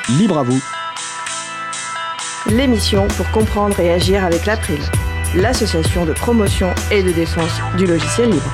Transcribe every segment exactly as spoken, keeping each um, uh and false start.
Libre à vous. L'émission pour comprendre et agir avec l'April, l'association de promotion et de défense du logiciel libre.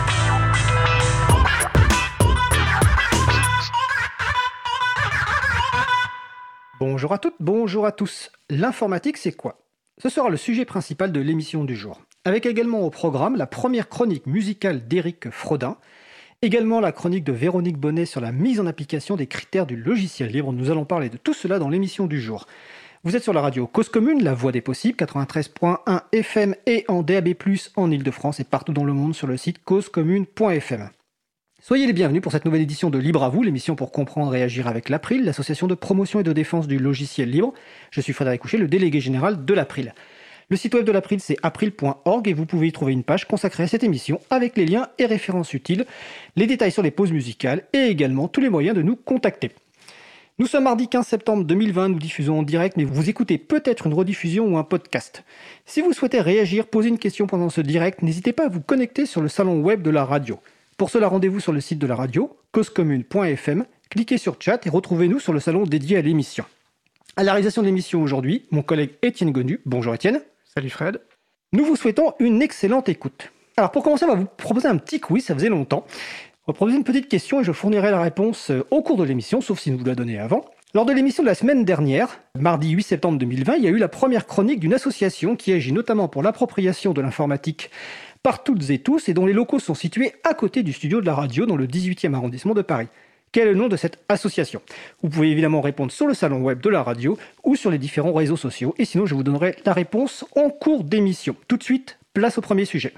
Bonjour à toutes, bonjour à tous. L'informatique, c'est quoi ? Ce sera le sujet principal de l'émission du jour. Avec également au programme la première chronique musicale d'Éric Frodin, également la chronique de Véronique Bonnet sur la mise en application des critères du logiciel libre. Nous allons parler de tout cela dans l'émission du jour. Vous êtes sur la radio Cause Commune, la voix des possibles, quatre-vingt-treize point un F M et en D A B plus, en Ile-de-France et partout dans le monde sur le site cause commune point F M. Soyez les bienvenus pour cette nouvelle édition de Libre à vous, l'émission pour comprendre et agir avec l'April, l'association de promotion et de défense du logiciel libre. Je suis Frédéric Couchet, le délégué général de l'April. Le site web de l'April, c'est april point org et vous pouvez y trouver une page consacrée à cette émission avec les liens et références utiles, les détails sur les pauses musicales et également tous les moyens de nous contacter. Nous sommes mardi quinze septembre deux mille vingt, nous diffusons en direct, mais vous écoutez peut-être une rediffusion ou un podcast. Si vous souhaitez réagir, poser une question pendant ce direct, n'hésitez pas à vous connecter sur le salon web de la radio. Pour cela, rendez-vous sur le site de la radio, cause commune point F M, cliquez sur chat et retrouvez-nous sur le salon dédié à l'émission. À la réalisation de l'émission aujourd'hui, mon collègue Étienne Gonu. Bonjour Étienne. Salut Fred. Nous vous souhaitons une excellente écoute. Alors pour commencer, on va vous proposer un petit quiz, ça faisait longtemps. On va proposer une petite question et je fournirai la réponse au cours de l'émission, sauf si nous vous la donnez avant. Lors de l'émission de la semaine dernière, mardi huit septembre deux mille vingt, il y a eu la première chronique d'une association qui agit notamment pour l'appropriation de l'informatique par toutes et tous et dont les locaux sont situés à côté du studio de la radio dans le dix-huitième arrondissement de Paris. Quel est le nom de cette association ? Vous pouvez évidemment répondre sur le salon web de la radio ou sur les différents réseaux sociaux. Et sinon, je vous donnerai la réponse en cours d'émission. Tout de suite, place au premier sujet.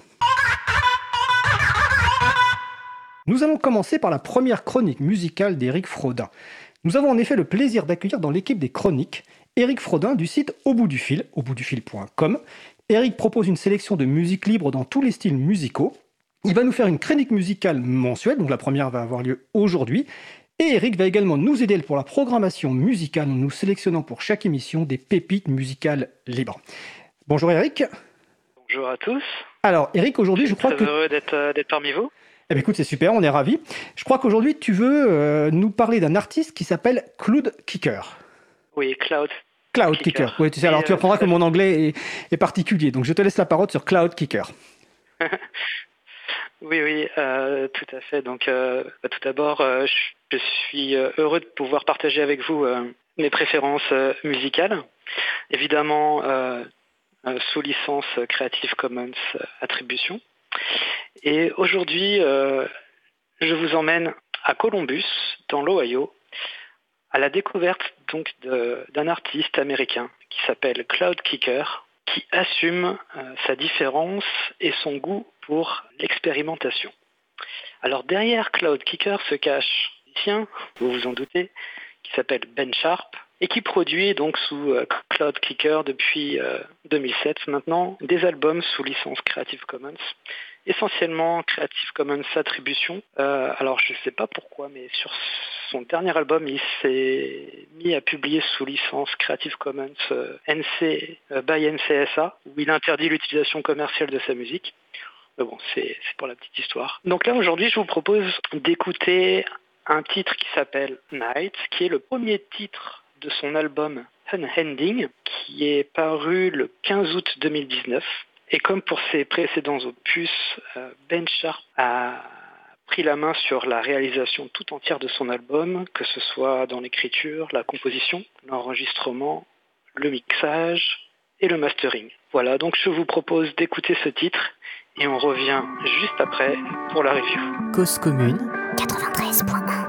Nous allons commencer par la première chronique musicale d'Éric Frodin. Nous avons en effet le plaisir d'accueillir dans l'équipe des chroniques Éric Frodin du site Au bout du fil, au bout du fil point com. Éric propose une sélection de musique libre dans tous les styles musicaux. Il va nous faire une chronique musicale mensuelle, donc la première va avoir lieu aujourd'hui. Et Eric va également nous aider pour la programmation musicale en nous sélectionnant pour chaque émission des pépites musicales libres. Bonjour Eric. Bonjour à tous. Alors Eric, aujourd'hui je, je crois très que... très heureux d'être, euh, d'être parmi vous. Eh bien écoute, c'est super, on est ravis. Je crois qu'aujourd'hui tu veux euh, nous parler d'un artiste qui s'appelle Cloud Kicker. Oui, Cloud. Cloud Kicker. Kicker. Oui, tu sais, alors euh, tu apprendras que mon anglais est, est particulier, donc je te laisse la parole sur Cloud Kicker. Oui, oui, euh, tout à fait. Donc, euh, tout d'abord, euh, je suis heureux de pouvoir partager avec vous euh, mes préférences euh, musicales. Évidemment, euh, euh, sous licence Creative Commons euh, Attribution. Et aujourd'hui, euh, je vous emmène à Columbus, dans l'Ohio, à la découverte donc de, d'un artiste américain qui s'appelle Cloud Kicker, qui assume euh, sa différence et son goût pour l'expérimentation. Alors derrière Cloud Kicker se cache un musicien, vous vous en doutez, qui s'appelle Ben Sharp et qui produit donc sous euh, Cloud Kicker depuis euh, deux mille sept maintenant des albums sous licence Creative Commons, essentiellement Creative Commons Attribution. Euh, alors je ne sais pas pourquoi, mais sur son dernier album, il s'est mis à publier sous licence Creative Commons euh, N C, euh, by N C S A, où il interdit l'utilisation commerciale de sa musique. Mais bon, c'est, c'est pour la petite histoire. Donc là, aujourd'hui, je vous propose d'écouter un titre qui s'appelle Night, qui est le premier titre de son album Unending, qui est paru le quinze août deux mille dix-neuf. Et comme pour ses précédents opus, euh, Ben Sharp a pris la main sur la réalisation tout entière de son album, que ce soit dans l'écriture, la composition, l'enregistrement, le mixage et le mastering. Voilà, donc je vous propose d'écouter ce titre et on revient juste après pour la review. Cause Commune quatre-vingt-treize point un.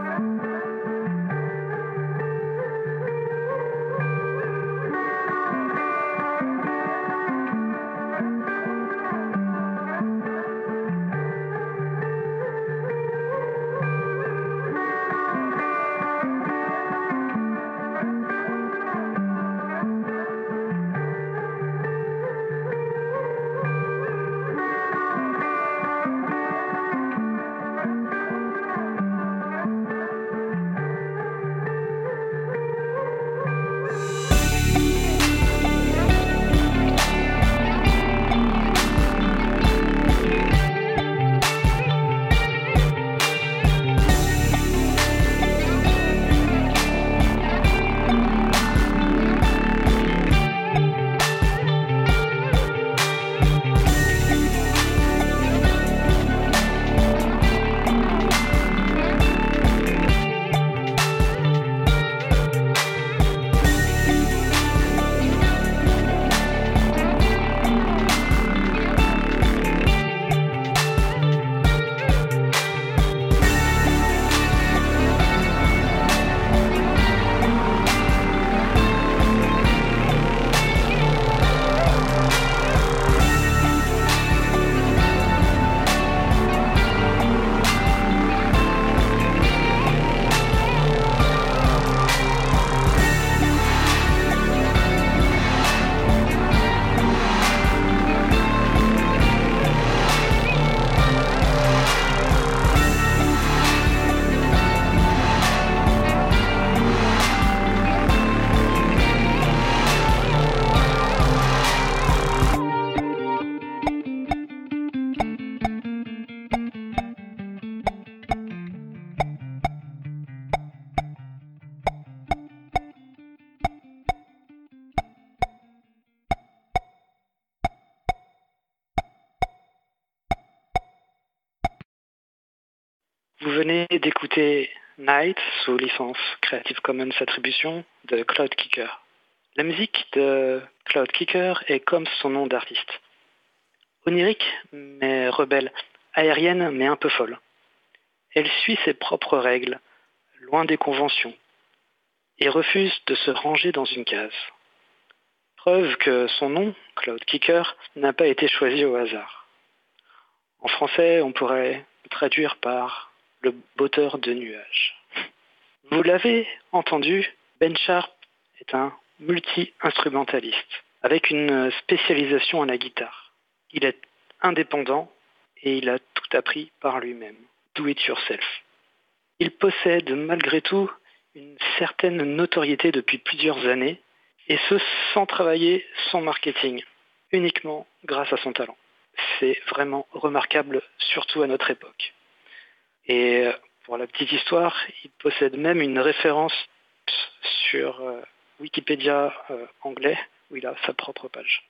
Vous venez d'écouter Night sous licence Creative Commons Attribution de Cloudkicker. La musique de Cloudkicker est comme son nom d'artiste. Onirique mais rebelle, aérienne mais un peu folle. Elle suit ses propres règles, loin des conventions, et refuse de se ranger dans une case. Preuve que son nom, Cloudkicker, n'a pas été choisi au hasard. En français, on pourrait le traduire par le botteur de nuages. Vous l'avez entendu, Ben Sharp est un multi-instrumentaliste, avec une spécialisation à la guitare. Il est indépendant et il a tout appris par lui-même. Do it yourself. Il possède malgré tout une certaine notoriété depuis plusieurs années, et ce sans travailler son marketing, uniquement grâce à son talent. C'est vraiment remarquable, surtout à notre époque. Et pour la petite histoire, il possède même une référence sur euh, Wikipédia euh, anglais, où il a sa propre page.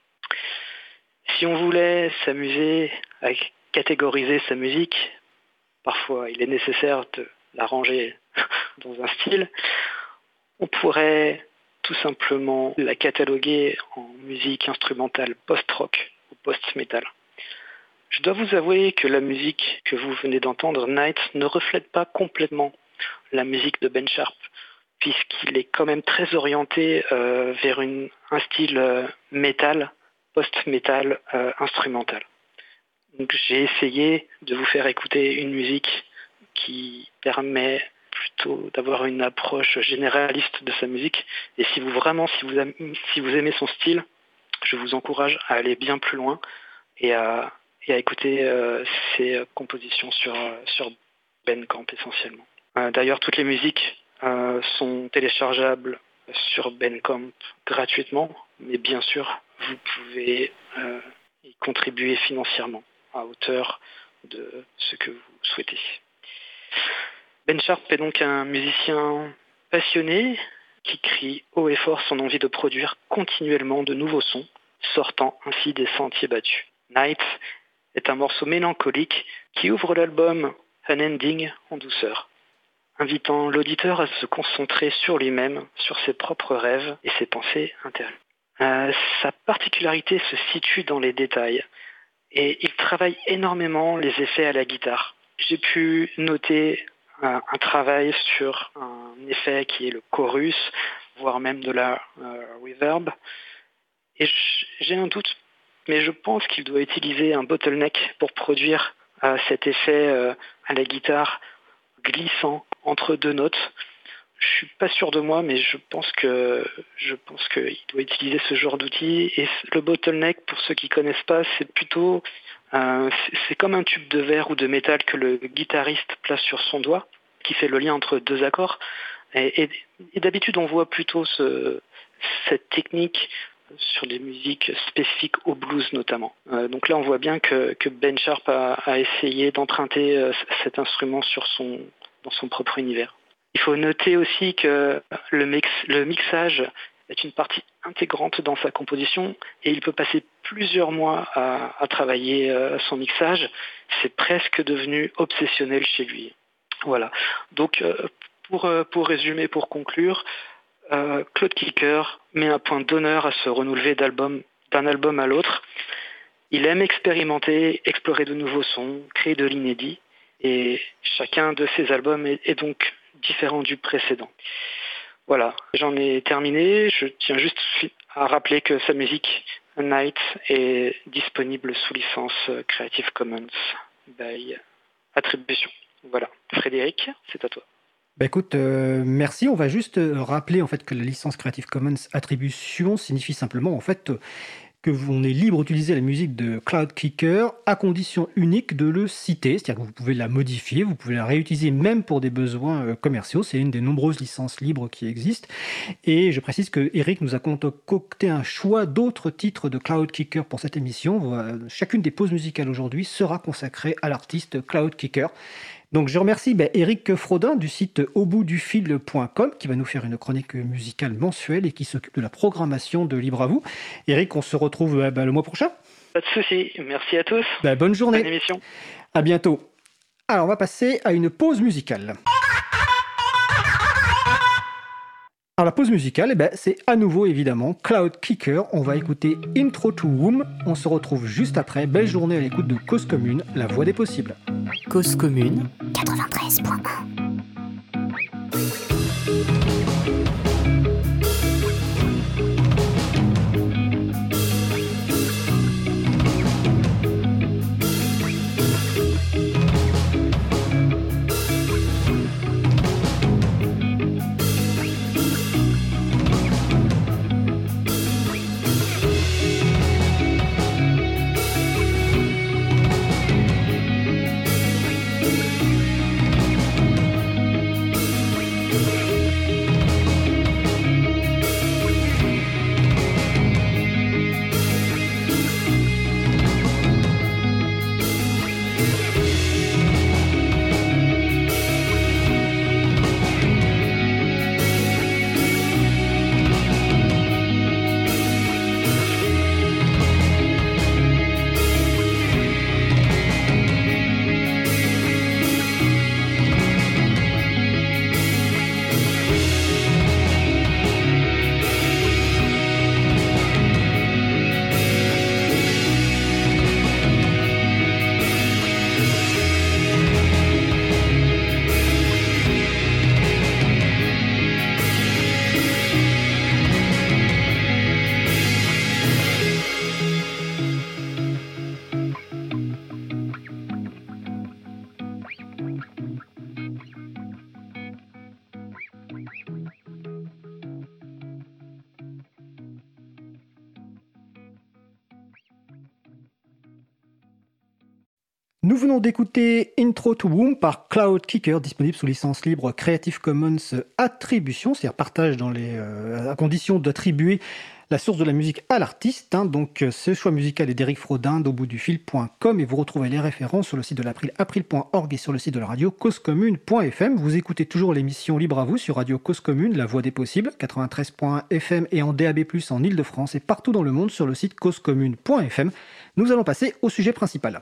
Si on voulait s'amuser à catégoriser sa musique, parfois il est nécessaire de la ranger dans un style, on pourrait tout simplement la cataloguer en musique instrumentale post-rock ou post-metal. Je dois vous avouer que la musique que vous venez d'entendre, Night, ne reflète pas complètement la musique de Ben Sharp, puisqu'il est quand même très orienté euh, vers une, un style euh, metal, post-metal euh, instrumental. Donc j'ai essayé de vous faire écouter une musique qui permet plutôt d'avoir une approche généraliste de sa musique. Et si vous vraiment, si vous, si vous aimez son style, je vous encourage à aller bien plus loin et à, et à écouter euh, ses compositions sur, sur Bandcamp essentiellement. Euh, d'ailleurs, toutes les musiques euh, sont téléchargeables sur Bandcamp gratuitement, mais bien sûr, vous pouvez euh, y contribuer financièrement à hauteur de ce que vous souhaitez. Ben Sharp est donc un musicien passionné qui crie haut et fort son envie de produire continuellement de nouveaux sons, sortant ainsi des sentiers battus. Night est un morceau mélancolique qui ouvre l'album Unending en douceur, invitant l'auditeur à se concentrer sur lui-même, sur ses propres rêves et ses pensées intérieures. Euh, sa particularité se situe dans les détails et il travaille énormément les effets à la guitare. J'ai pu noter un, un travail sur un effet qui est le chorus, voire même de la euh, reverb. Et j'ai un doute, mais je pense qu'il doit utiliser un bottleneck pour produire euh, cet effet euh, à la guitare glissant entre deux notes. Je suis pas sûr de moi, mais je pense que je pense qu'il doit utiliser ce genre d'outil. Et le bottleneck, pour ceux qui connaissent pas, c'est plutôt euh, c'est, c'est comme un tube de verre ou de métal que le guitariste place sur son doigt, qui fait le lien entre deux accords. Et, et, et d'habitude, on voit plutôt ce, cette technique sur des musiques spécifiques au blues notamment. Euh, donc là, on voit bien que, que Ben Sharp a, a essayé d'emprunter euh, cet instrument sur son, dans son propre univers. Il faut noter aussi que le, mix, le mixage est une partie intégrante dans sa composition et il peut passer plusieurs mois à, à travailler euh, son mixage. C'est presque devenu obsessionnel chez lui. Voilà. Donc, euh, pour, euh, pour résumer, pour conclure, euh, Cloudkicker met un point d'honneur à se renouveler d'album, d'un album à l'autre. Il aime expérimenter, explorer de nouveaux sons, créer de l'inédit et chacun de ses albums est, est donc différent du précédent. Voilà, j'en ai terminé. Je tiens juste à rappeler que sa musique Night est disponible sous licence Creative Commons by Attribution. Voilà, Frédéric, c'est à toi. Bah écoute, euh, merci. On va juste rappeler en fait que la licence Creative Commons Attribution signifie simplement en fait que on est libre d'utiliser la musique de Cloudkicker à condition unique de le citer, c'est-à-dire que vous pouvez la modifier, vous pouvez la réutiliser même pour des besoins euh, commerciaux, c'est une des nombreuses licences libres qui existent. Et je précise que Eric nous a concocté un choix d'autres titres de Cloudkicker pour cette émission. Chacune des pauses musicales aujourd'hui sera consacrée à l'artiste Cloudkicker. Donc je remercie bah, Eric Frodin du site au bout du fil point com qui va nous faire une chronique musicale mensuelle et qui s'occupe de la programmation de Libre à vous. Eric, on se retrouve bah, le mois prochain. Pas de souci, merci à tous. Bah, bonne journée. Bonne émission. À bientôt. Alors, on va passer à une pause musicale. Alors, la pause musicale, eh ben, c'est à nouveau, évidemment, Cloud Kicker. On va écouter Intro to Womb. On se retrouve juste après. Belle journée à l'écoute de Cause Commune, la voix des possibles. Cause Commune quatre-vingt-treize point un. Nous venons d'écouter Intro to Womb par Cloud Kicker, disponible sous licence libre Creative Commons Attribution, c'est-à-dire partage dans les, euh, à condition d'attribuer la source de la musique à l'artiste. Hein. Donc, ce choix musical est d'Éric Frodin d'au bout du fil point com et vous retrouvez les références sur le site de l'April, april point org et sur le site de la radio causecommune point f m. Vous écoutez toujours l'émission Libre à vous sur Radio Cause Commune, la voix des possibles, quatre-vingt-treize point un F M et en D A B plus, en Ile-de-France et partout dans le monde sur le site causecommune point f m. Nous allons passer au sujet principal.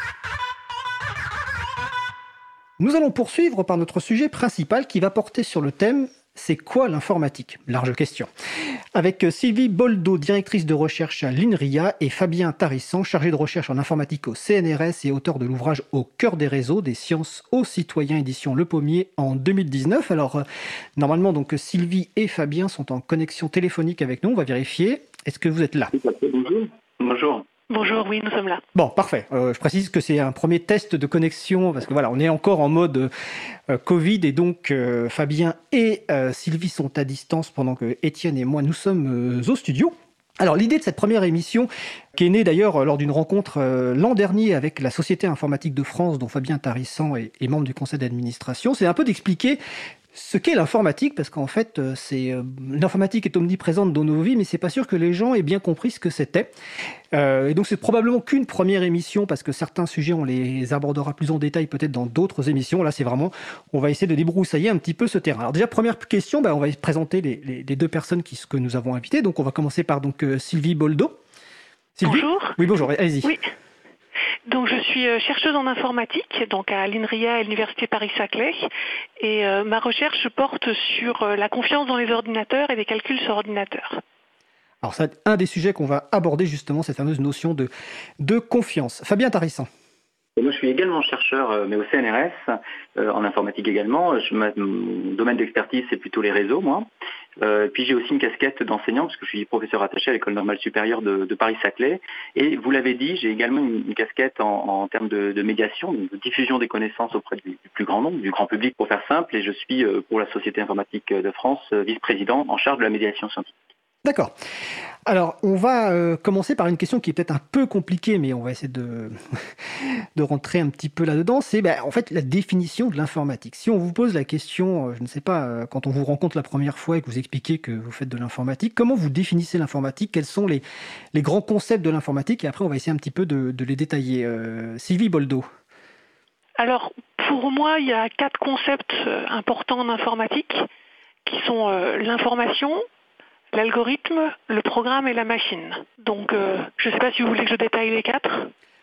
Nous allons poursuivre par notre sujet principal qui va porter sur le thème « C'est quoi l'informatique ?» Large question. Avec Sylvie Boldo, directrice de recherche à l'INRIA, et Fabien Tarissan, chargé de recherche en informatique au C N R S et auteur de l'ouvrage « Au cœur des réseaux, des sciences aux citoyens » édition Le Pommier en deux mille dix-neuf. Alors, euh, normalement, donc Sylvie et Fabien sont en connexion téléphonique avec nous. On va vérifier. Est-ce que vous êtes là ? Bonjour. Bonjour. Bonjour, oui, nous sommes là. Bon, parfait. Euh, je précise que c'est un premier test de connexion parce que voilà, on est encore en mode euh, Covid et donc euh, Fabien et euh, Sylvie sont à distance pendant que Étienne et moi nous sommes euh, au studio. Alors l'idée de cette première émission, qui est née d'ailleurs lors d'une rencontre euh, l'an dernier avec la Société informatique de France, dont Fabien Tarissan est, est membre du conseil d'administration, c'est un peu d'expliquer ce qu'est l'informatique, parce qu'en fait, c'est, euh, l'informatique est omniprésente dans nos vies, mais c'est pas sûr que les gens aient bien compris ce que c'était. Euh, et donc c'est probablement qu'une première émission, parce que certains sujets, on les abordera plus en détail peut-être dans d'autres émissions. Là, c'est vraiment, on va essayer de débroussailler un petit peu ce terrain. Alors déjà, première question, bah, on va présenter les, les, les deux personnes qui, que nous avons invitées. Donc on va commencer par donc, euh, Sylvie Boldo. Sylvie Bonjour. Oui, bonjour, allez-y. Oui. Donc je suis chercheuse en informatique, donc à l'INRIA et l'Université Paris-Saclay, et euh, ma recherche porte sur euh, la confiance dans les ordinateurs et les calculs sur ordinateur. Alors c'est un des sujets qu'on va aborder justement, cette fameuse notion de, de confiance. Fabien Tarissan. Et moi, je suis également chercheur, euh, mais au C N R S, euh, en informatique également. Je, ma, mon domaine d'expertise, c'est plutôt les réseaux, moi. Euh, puis j'ai aussi une casquette d'enseignant, parce que je suis professeur attaché à l'École normale supérieure de, de Paris-Saclay. Et vous l'avez dit, j'ai également une, une casquette en, en termes de, de médiation, de diffusion des connaissances auprès du, du plus grand nombre, du grand public, pour faire simple. Et je suis, euh, pour la Société informatique de France, euh, vice-président en charge de la médiation scientifique. D'accord. Alors, on va euh, commencer par une question qui est peut-être un peu compliquée, mais on va essayer de, de rentrer un petit peu là-dedans. C'est ben, en fait la définition de l'informatique. Si on vous pose la question, euh, je ne sais pas, euh, quand on vous rencontre la première fois et que vous expliquez que vous faites de l'informatique, comment vous définissez l'informatique ? Quels sont les, les grands concepts de l'informatique ? Et après, on va essayer un petit peu de, de les détailler. Euh, Sylvie Boldo. Alors, pour moi, il y a quatre concepts importants en informatique qui sont euh, l'information, l'algorithme, le programme et la machine. Donc, euh, je ne sais pas si vous voulez que je détaille les quatre.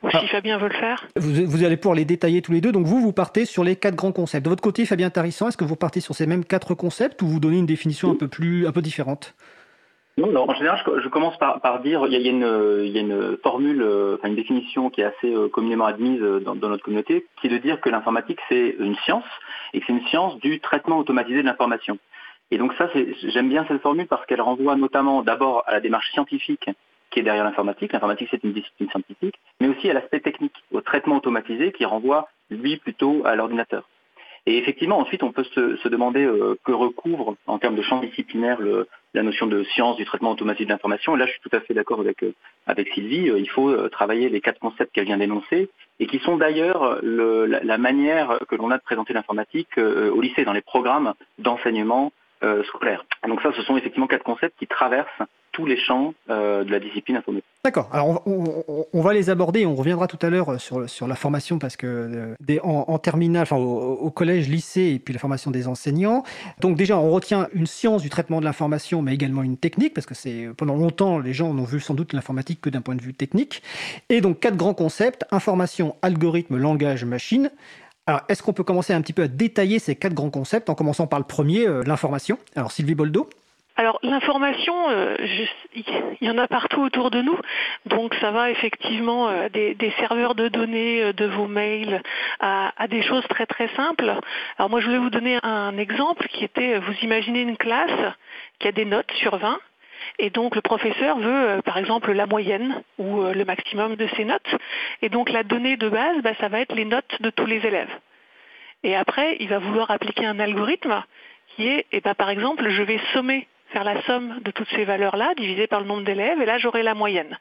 ou ah. si Fabien veut le faire. Vous, vous allez pouvoir les détailler tous les deux. Donc vous, vous partez sur les quatre grands concepts. De votre côté, Fabien Tarissan, est-ce que vous partez sur ces mêmes quatre concepts ou vous donnez une définition un peu plus, un peu différente? Non, non, en général, je, je commence par, par dire, il y a, il y a une, il y a une formule, euh, enfin une définition qui est assez euh, communément admise dans, dans notre communauté, qui est de dire que l'informatique, c'est une science, et que c'est une science du traitement automatisé de l'information. Et donc ça, c'est, j'aime bien cette formule parce qu'elle renvoie notamment d'abord à la démarche scientifique qui est derrière l'informatique. L'informatique, c'est une discipline scientifique, mais aussi à l'aspect technique, au traitement automatisé qui renvoie, lui, plutôt à l'ordinateur. Et effectivement, ensuite, on peut se, se demander euh, que recouvre, en termes de champ disciplinaire, le, la notion de science du traitement automatique de l'information. Et là, je suis tout à fait d'accord avec, euh, avec Sylvie. Euh, il faut euh, travailler les quatre concepts qu'elle vient d'énoncer et qui sont d'ailleurs le, la, la manière que l'on a de présenter l'informatique euh, au lycée, dans les programmes d'enseignement euh, scolaire. Donc ça, ce sont effectivement quatre concepts qui traversent tous les champs euh, de la discipline informatique. D'accord. Alors, on, on, on va les aborder. On reviendra tout à l'heure sur, sur la formation parce que euh, des, en, en terminale, enfin au, au collège, lycée et puis la formation des enseignants. Donc déjà, on retient une science du traitement de l'information, mais également une technique parce que c'est pendant longtemps, les gens n'ont vu sans doute l'informatique que d'un point de vue technique. Et donc quatre grands concepts: information, algorithme, langage, machine. Alors, est-ce qu'on peut commencer un petit peu à détailler ces quatre grands concepts en commençant par le premier, euh, l'information? Alors, Sylvie Boldo. Alors l'information, euh, je, il y en a partout autour de nous, donc ça va effectivement euh, des, des serveurs de données, euh, de vos mails, à, à des choses très très simples. Alors moi je voulais vous donner un exemple qui était, vous imaginez une classe qui a des notes sur vingt, et donc le professeur veut euh, par exemple la moyenne ou euh, le maximum de ces notes, et donc la donnée de base, bah, ça va être les notes de tous les élèves. Et après, il va vouloir appliquer un algorithme qui est, et bah, par exemple, je vais sommer faire la somme de toutes ces valeurs-là, divisée par le nombre d'élèves, et là j'aurai la moyenne.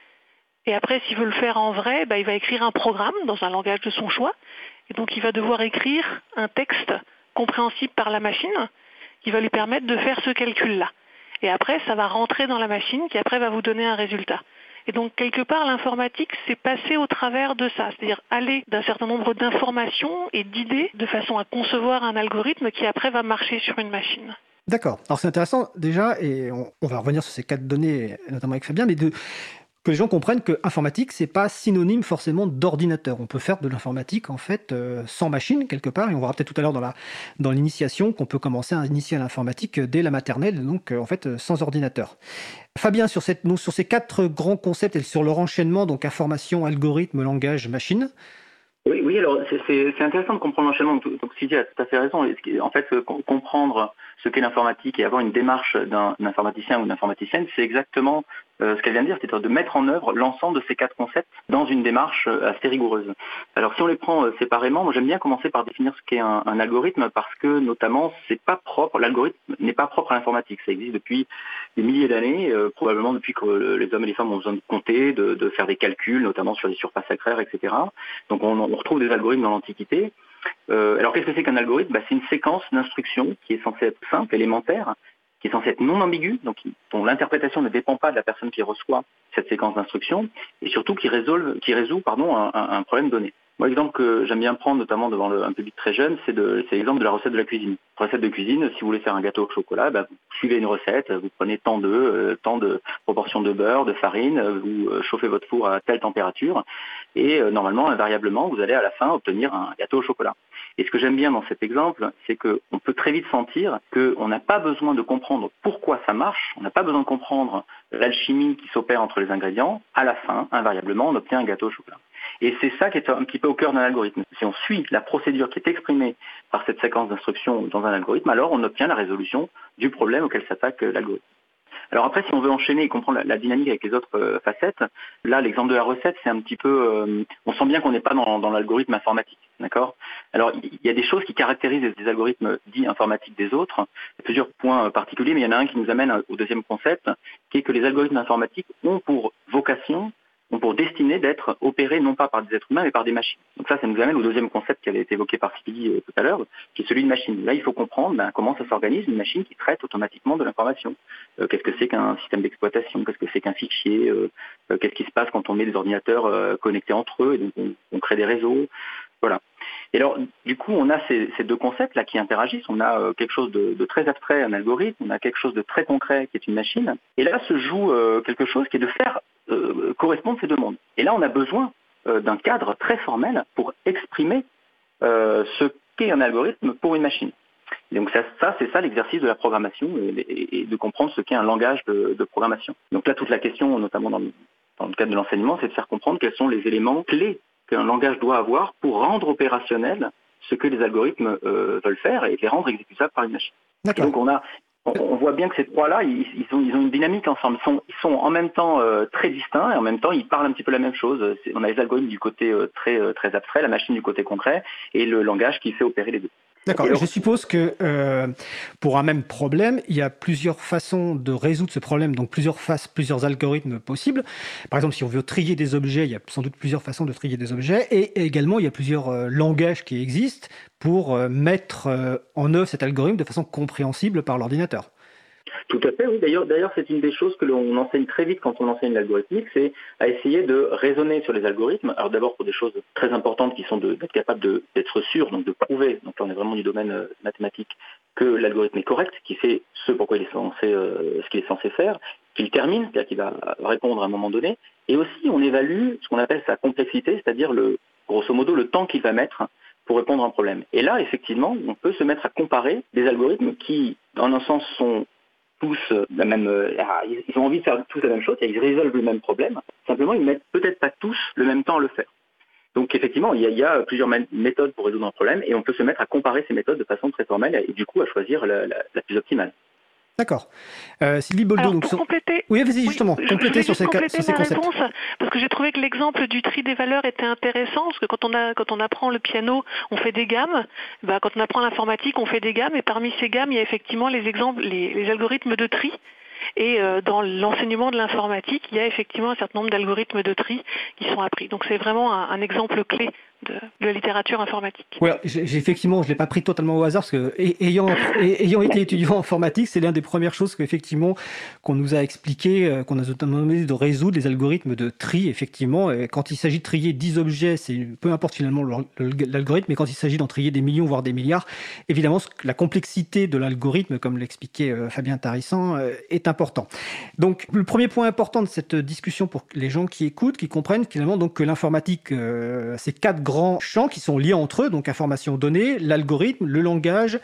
Et après, s'il veut le faire en vrai, bah, il va écrire un programme dans un langage de son choix, et donc il va devoir écrire un texte compréhensible par la machine qui va lui permettre de faire ce calcul-là. Et après, ça va rentrer dans la machine qui après va vous donner un résultat. Et donc, quelque part, l'informatique, c'est passer au travers de ça, c'est-à-dire aller d'un certain nombre d'informations et d'idées de façon à concevoir un algorithme qui après va marcher sur une machine. D'accord. Alors c'est intéressant déjà, et on, on va revenir sur ces quatre données, notamment avec Fabien, mais de, que les gens comprennent que informatique, c'est pas synonyme forcément d'ordinateur. On peut faire de l'informatique en fait euh, sans machine quelque part, et on verra peut-être tout à l'heure dans la dans l'initiation qu'on peut commencer à initier à l'informatique dès la maternelle, donc euh, en fait euh, sans ordinateur. Fabien, sur cette sur ces quatre grands concepts et sur leur enchaînement, donc information, algorithme, langage, machine. Oui, oui, alors c'est, c'est, c'est intéressant de comprendre l'enchaînement. Donc Sylvie a tout à fait raison. En fait, comprendre ce qu'est l'informatique et avoir une démarche d'un informaticien ou d'une informaticienne, c'est exactement euh, ce qu'elle vient de dire, c'est-à-dire de mettre en œuvre l'ensemble de ces quatre concepts dans une démarche assez rigoureuse. Alors si on les prend euh, séparément, moi j'aime bien commencer par définir ce qu'est un, un algorithme parce que notamment c'est pas propre, l'algorithme n'est pas propre à l'informatique. Ça existe depuis des milliers d'années, euh, probablement depuis que euh, les hommes et les femmes ont besoin de compter, de, de faire des calculs, notamment sur les surfaces sacraires, et cetera. Donc on, on retrouve des algorithmes dans l'Antiquité. Euh, alors qu'est-ce que c'est qu'un algorithme? Bah, c'est une séquence d'instructions qui est censée être simple, élémentaire, qui est censée être non ambiguë, donc dont l'interprétation ne dépend pas de la personne qui reçoit cette séquence d'instructions, et surtout qui résout, qui résout pardon, un, un problème donné. Moi, l'exemple que j'aime bien prendre, notamment devant le, un public très jeune, c'est, de, c'est l'exemple de la recette de la cuisine. Recette de cuisine, si vous voulez faire un gâteau au chocolat, bah, vous suivez une recette, vous prenez tant d'œufs, euh, tant de proportions de beurre, de farine, vous euh, chauffez votre four à telle température, et euh, normalement, invariablement, vous allez à la fin obtenir un gâteau au chocolat. Et ce que j'aime bien dans cet exemple, c'est qu'on peut très vite sentir qu'on n'a pas besoin de comprendre pourquoi ça marche, on n'a pas besoin de comprendre l'alchimie qui s'opère entre les ingrédients. À la fin, invariablement, on obtient un gâteau au chocolat. Et c'est ça qui est un petit peu au cœur d'un algorithme. Si on suit la procédure qui est exprimée par cette séquence d'instructions dans un algorithme, alors on obtient la résolution du problème auquel s'attaque l'algorithme. Alors après, si on veut enchaîner et comprendre la, la dynamique avec les autres euh, facettes, là, l'exemple de la recette, c'est un petit peu... Euh, on sent bien qu'on n'est pas dans, dans l'algorithme informatique, d'accord? Alors, il y a des choses qui caractérisent les, les algorithmes dits informatiques des autres. Il y a plusieurs points particuliers, mais il y en a un qui nous amène au deuxième concept, qui est que les algorithmes informatiques ont pour vocation, ont pour destinée d'être opérés non pas par des êtres humains, mais par des machines. Donc ça, ça nous amène au deuxième concept qui avait été évoqué par Sylvie euh, tout à l'heure, qui est celui de machine. Là, il faut comprendre ben, comment ça s'organise, une machine qui traite automatiquement de l'information. Euh, qu'est-ce que c'est qu'un système d'exploitation? Qu'est-ce que c'est qu'un fichier? euh, euh, Qu'est-ce qui se passe quand on met des ordinateurs euh, connectés entre eux et donc on, on crée des réseaux? Voilà. Et alors, du coup, on a ces, ces deux concepts-là qui interagissent. On a euh, quelque chose de, de très abstrait, un algorithme. On a quelque chose de très concret, qui est une machine. Et là se joue euh, quelque chose qui est de faire euh, correspondre ces deux mondes. Et là, on a besoin euh, d'un cadre très formel pour exprimer euh, ce qu'est un algorithme pour une machine. Et donc ça, ça c'est ça l'exercice de la programmation et, et de comprendre ce qu'est un langage de, de programmation. Donc là, toute la question, notamment dans le, dans le cadre de l'enseignement, c'est de faire comprendre quels sont les éléments clés qu'un langage doit avoir pour rendre opérationnel ce que les algorithmes euh, veulent faire et les rendre exécutables par une machine. Et donc on a On voit bien que ces trois-là, ils, ils, ont, ils ont une dynamique ensemble. Ils sont, ils sont en même temps euh, très distincts et en même temps, ils parlent un petit peu la même chose. C'est, on a les algorithmes du côté euh, très, euh, très abstrait, la machine du côté concret et le langage qui fait opérer les deux. D'accord. Alors, je suppose que euh, pour un même problème, il y a plusieurs façons de résoudre ce problème, donc plusieurs faces, plusieurs algorithmes possibles. Par exemple, si on veut trier des objets, il y a sans doute plusieurs façons de trier des objets, et également il y a plusieurs euh, langages qui existent pour euh, mettre euh, en œuvre cet algorithme de façon compréhensible par l'ordinateur. Tout à fait, oui. D'ailleurs, d'ailleurs, c'est une des choses que l'on enseigne très vite quand on enseigne l'algorithmique, c'est à essayer de raisonner sur les algorithmes. Alors d'abord pour des choses très importantes qui sont de, d'être capable de, d'être sûr, donc de prouver, donc là on est vraiment du domaine euh, mathématique, que l'algorithme est correct, qu'il fait ce pourquoi il est censé, euh, ce qu'il est censé faire, qu'il termine, c'est-à-dire qu'il va répondre à un moment donné. Et aussi, on évalue ce qu'on appelle sa complexité, c'est-à-dire le, grosso modo le temps qu'il va mettre pour répondre à un problème. Et là, effectivement, on peut se mettre à comparer des algorithmes qui, en un sens, sont tous la même, euh, ils ont envie de faire tous la même chose, ils résolvent le même problème, simplement ils ne mettent peut-être pas tous le même temps à le faire. Donc effectivement, il y a, il y a plusieurs méthodes pour résoudre un problème et on peut se mettre à comparer ces méthodes de façon très formelle et du coup à choisir la, la, la plus optimale. D'accord. Euh, Sylvie Boldo, Alors, donc pour sur... compléter, oui, vas-y, justement, oui, compléter sur ces, compléter sur ces ma concepts. Réponse, parce que j'ai trouvé que l'exemple du tri des valeurs était intéressant, parce que quand on, a, quand on apprend le piano, on fait des gammes, bah, quand on apprend l'informatique, on fait des gammes, et parmi ces gammes, il y a effectivement les, exemples, les, les algorithmes de tri. Et euh, dans l'enseignement de l'informatique, il y a effectivement un certain nombre d'algorithmes de tri qui sont appris. Donc c'est vraiment un, un exemple clé de, de la littérature informatique. Oui, j'ai, j'ai, effectivement, je ne l'ai pas pris totalement au hasard, parce que et, ayant, et, ayant été étudiant en informatique, c'est l'une des premières choses qu'effectivement, qu'on nous a expliqué, euh, qu'on a demandé de résoudre les algorithmes de tri, effectivement. Et quand il s'agit de trier dix objets, c'est peu importe finalement l'algorithme, mais quand il s'agit d'en trier des millions, voire des milliards, évidemment, la complexité de l'algorithme, comme l'expliquait euh, Fabien Tarissan, euh, est important. Donc, le premier point important de cette discussion pour les gens qui écoutent, qui comprennent finalement donc, que l'informatique, euh, c'est quatre grands champs qui sont liés entre eux, donc information donnée, l'algorithme, le langage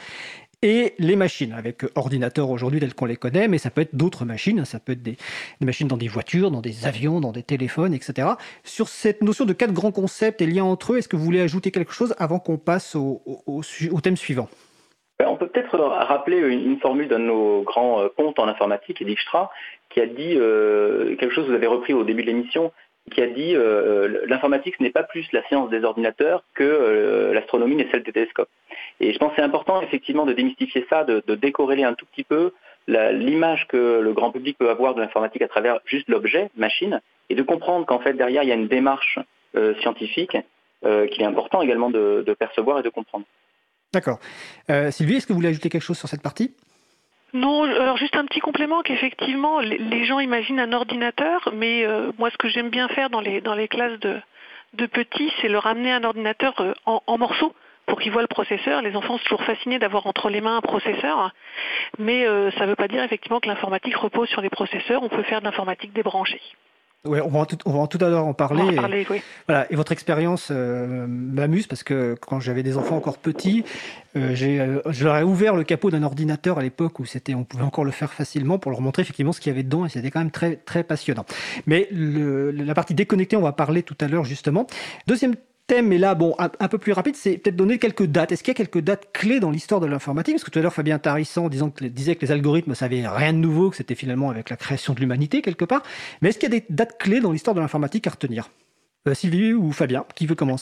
et les machines, avec ordinateurs aujourd'hui tels qu'on les connaît, mais ça peut être d'autres machines, ça peut être des, des machines dans des voitures, dans des avions, dans des téléphones, et cetera. Sur cette notion de quatre grands concepts et liens entre eux, est-ce que vous voulez ajouter quelque chose avant qu'on passe au, au, au thème suivant ? On peut peut-être rappeler une formule d'un de nos grands pontes en informatique, Dijkstra, qui a dit euh, quelque chose que vous avez repris au début de l'émission, qui a dit euh, l'informatique ce n'est pas plus la science des ordinateurs que euh, l'astronomie n'est celle des télescopes. Et je pense que c'est important effectivement de démystifier ça, de, de décorréler un tout petit peu la, l'image que le grand public peut avoir de l'informatique à travers juste l'objet, machine, et de comprendre qu'en fait derrière il y a une démarche euh, scientifique euh, qu'il est important également de, de percevoir et de comprendre. D'accord. Euh, Sylvie, est-ce que vous voulez ajouter quelque chose sur cette partie ? Non, alors juste un petit complément qu'effectivement, les, les gens imaginent un ordinateur, mais euh, moi ce que j'aime bien faire dans les, dans les classes de, de petits, c'est leur amener un ordinateur euh, en, en morceaux pour qu'ils voient le processeur. Les enfants sont toujours fascinés d'avoir entre les mains un processeur, mais euh, ça ne veut pas dire effectivement que l'informatique repose sur les processeurs, on peut faire de l'informatique débranchée. Ouais, on va, en tout, on va en tout à l'heure en parler. On va en parler, et, oui. Voilà, et votre expérience euh, m'amuse parce que quand j'avais des enfants encore petits, euh, j'ai, euh, je leur ai ouvert le capot d'un ordinateur à l'époque où c'était, on pouvait encore le faire facilement pour leur montrer effectivement ce qu'il y avait dedans et c'était quand même très, très passionnant. Mais le, la partie déconnectée, on va parler tout à l'heure justement. Deuxième thème, et là, bon, un, un peu plus rapide, c'est peut-être donner quelques dates. Est-ce qu'il y a quelques dates clés dans l'histoire de l'informatique ? Parce que tout à l'heure, Fabien Tarissan que, disait que les algorithmes, ça n'avait rien de nouveau, que c'était finalement avec la création de l'humanité, quelque part. Mais est-ce qu'il y a des dates clés dans l'histoire de l'informatique à retenir ? euh, Sylvie ou Fabien, qui veut commencer ?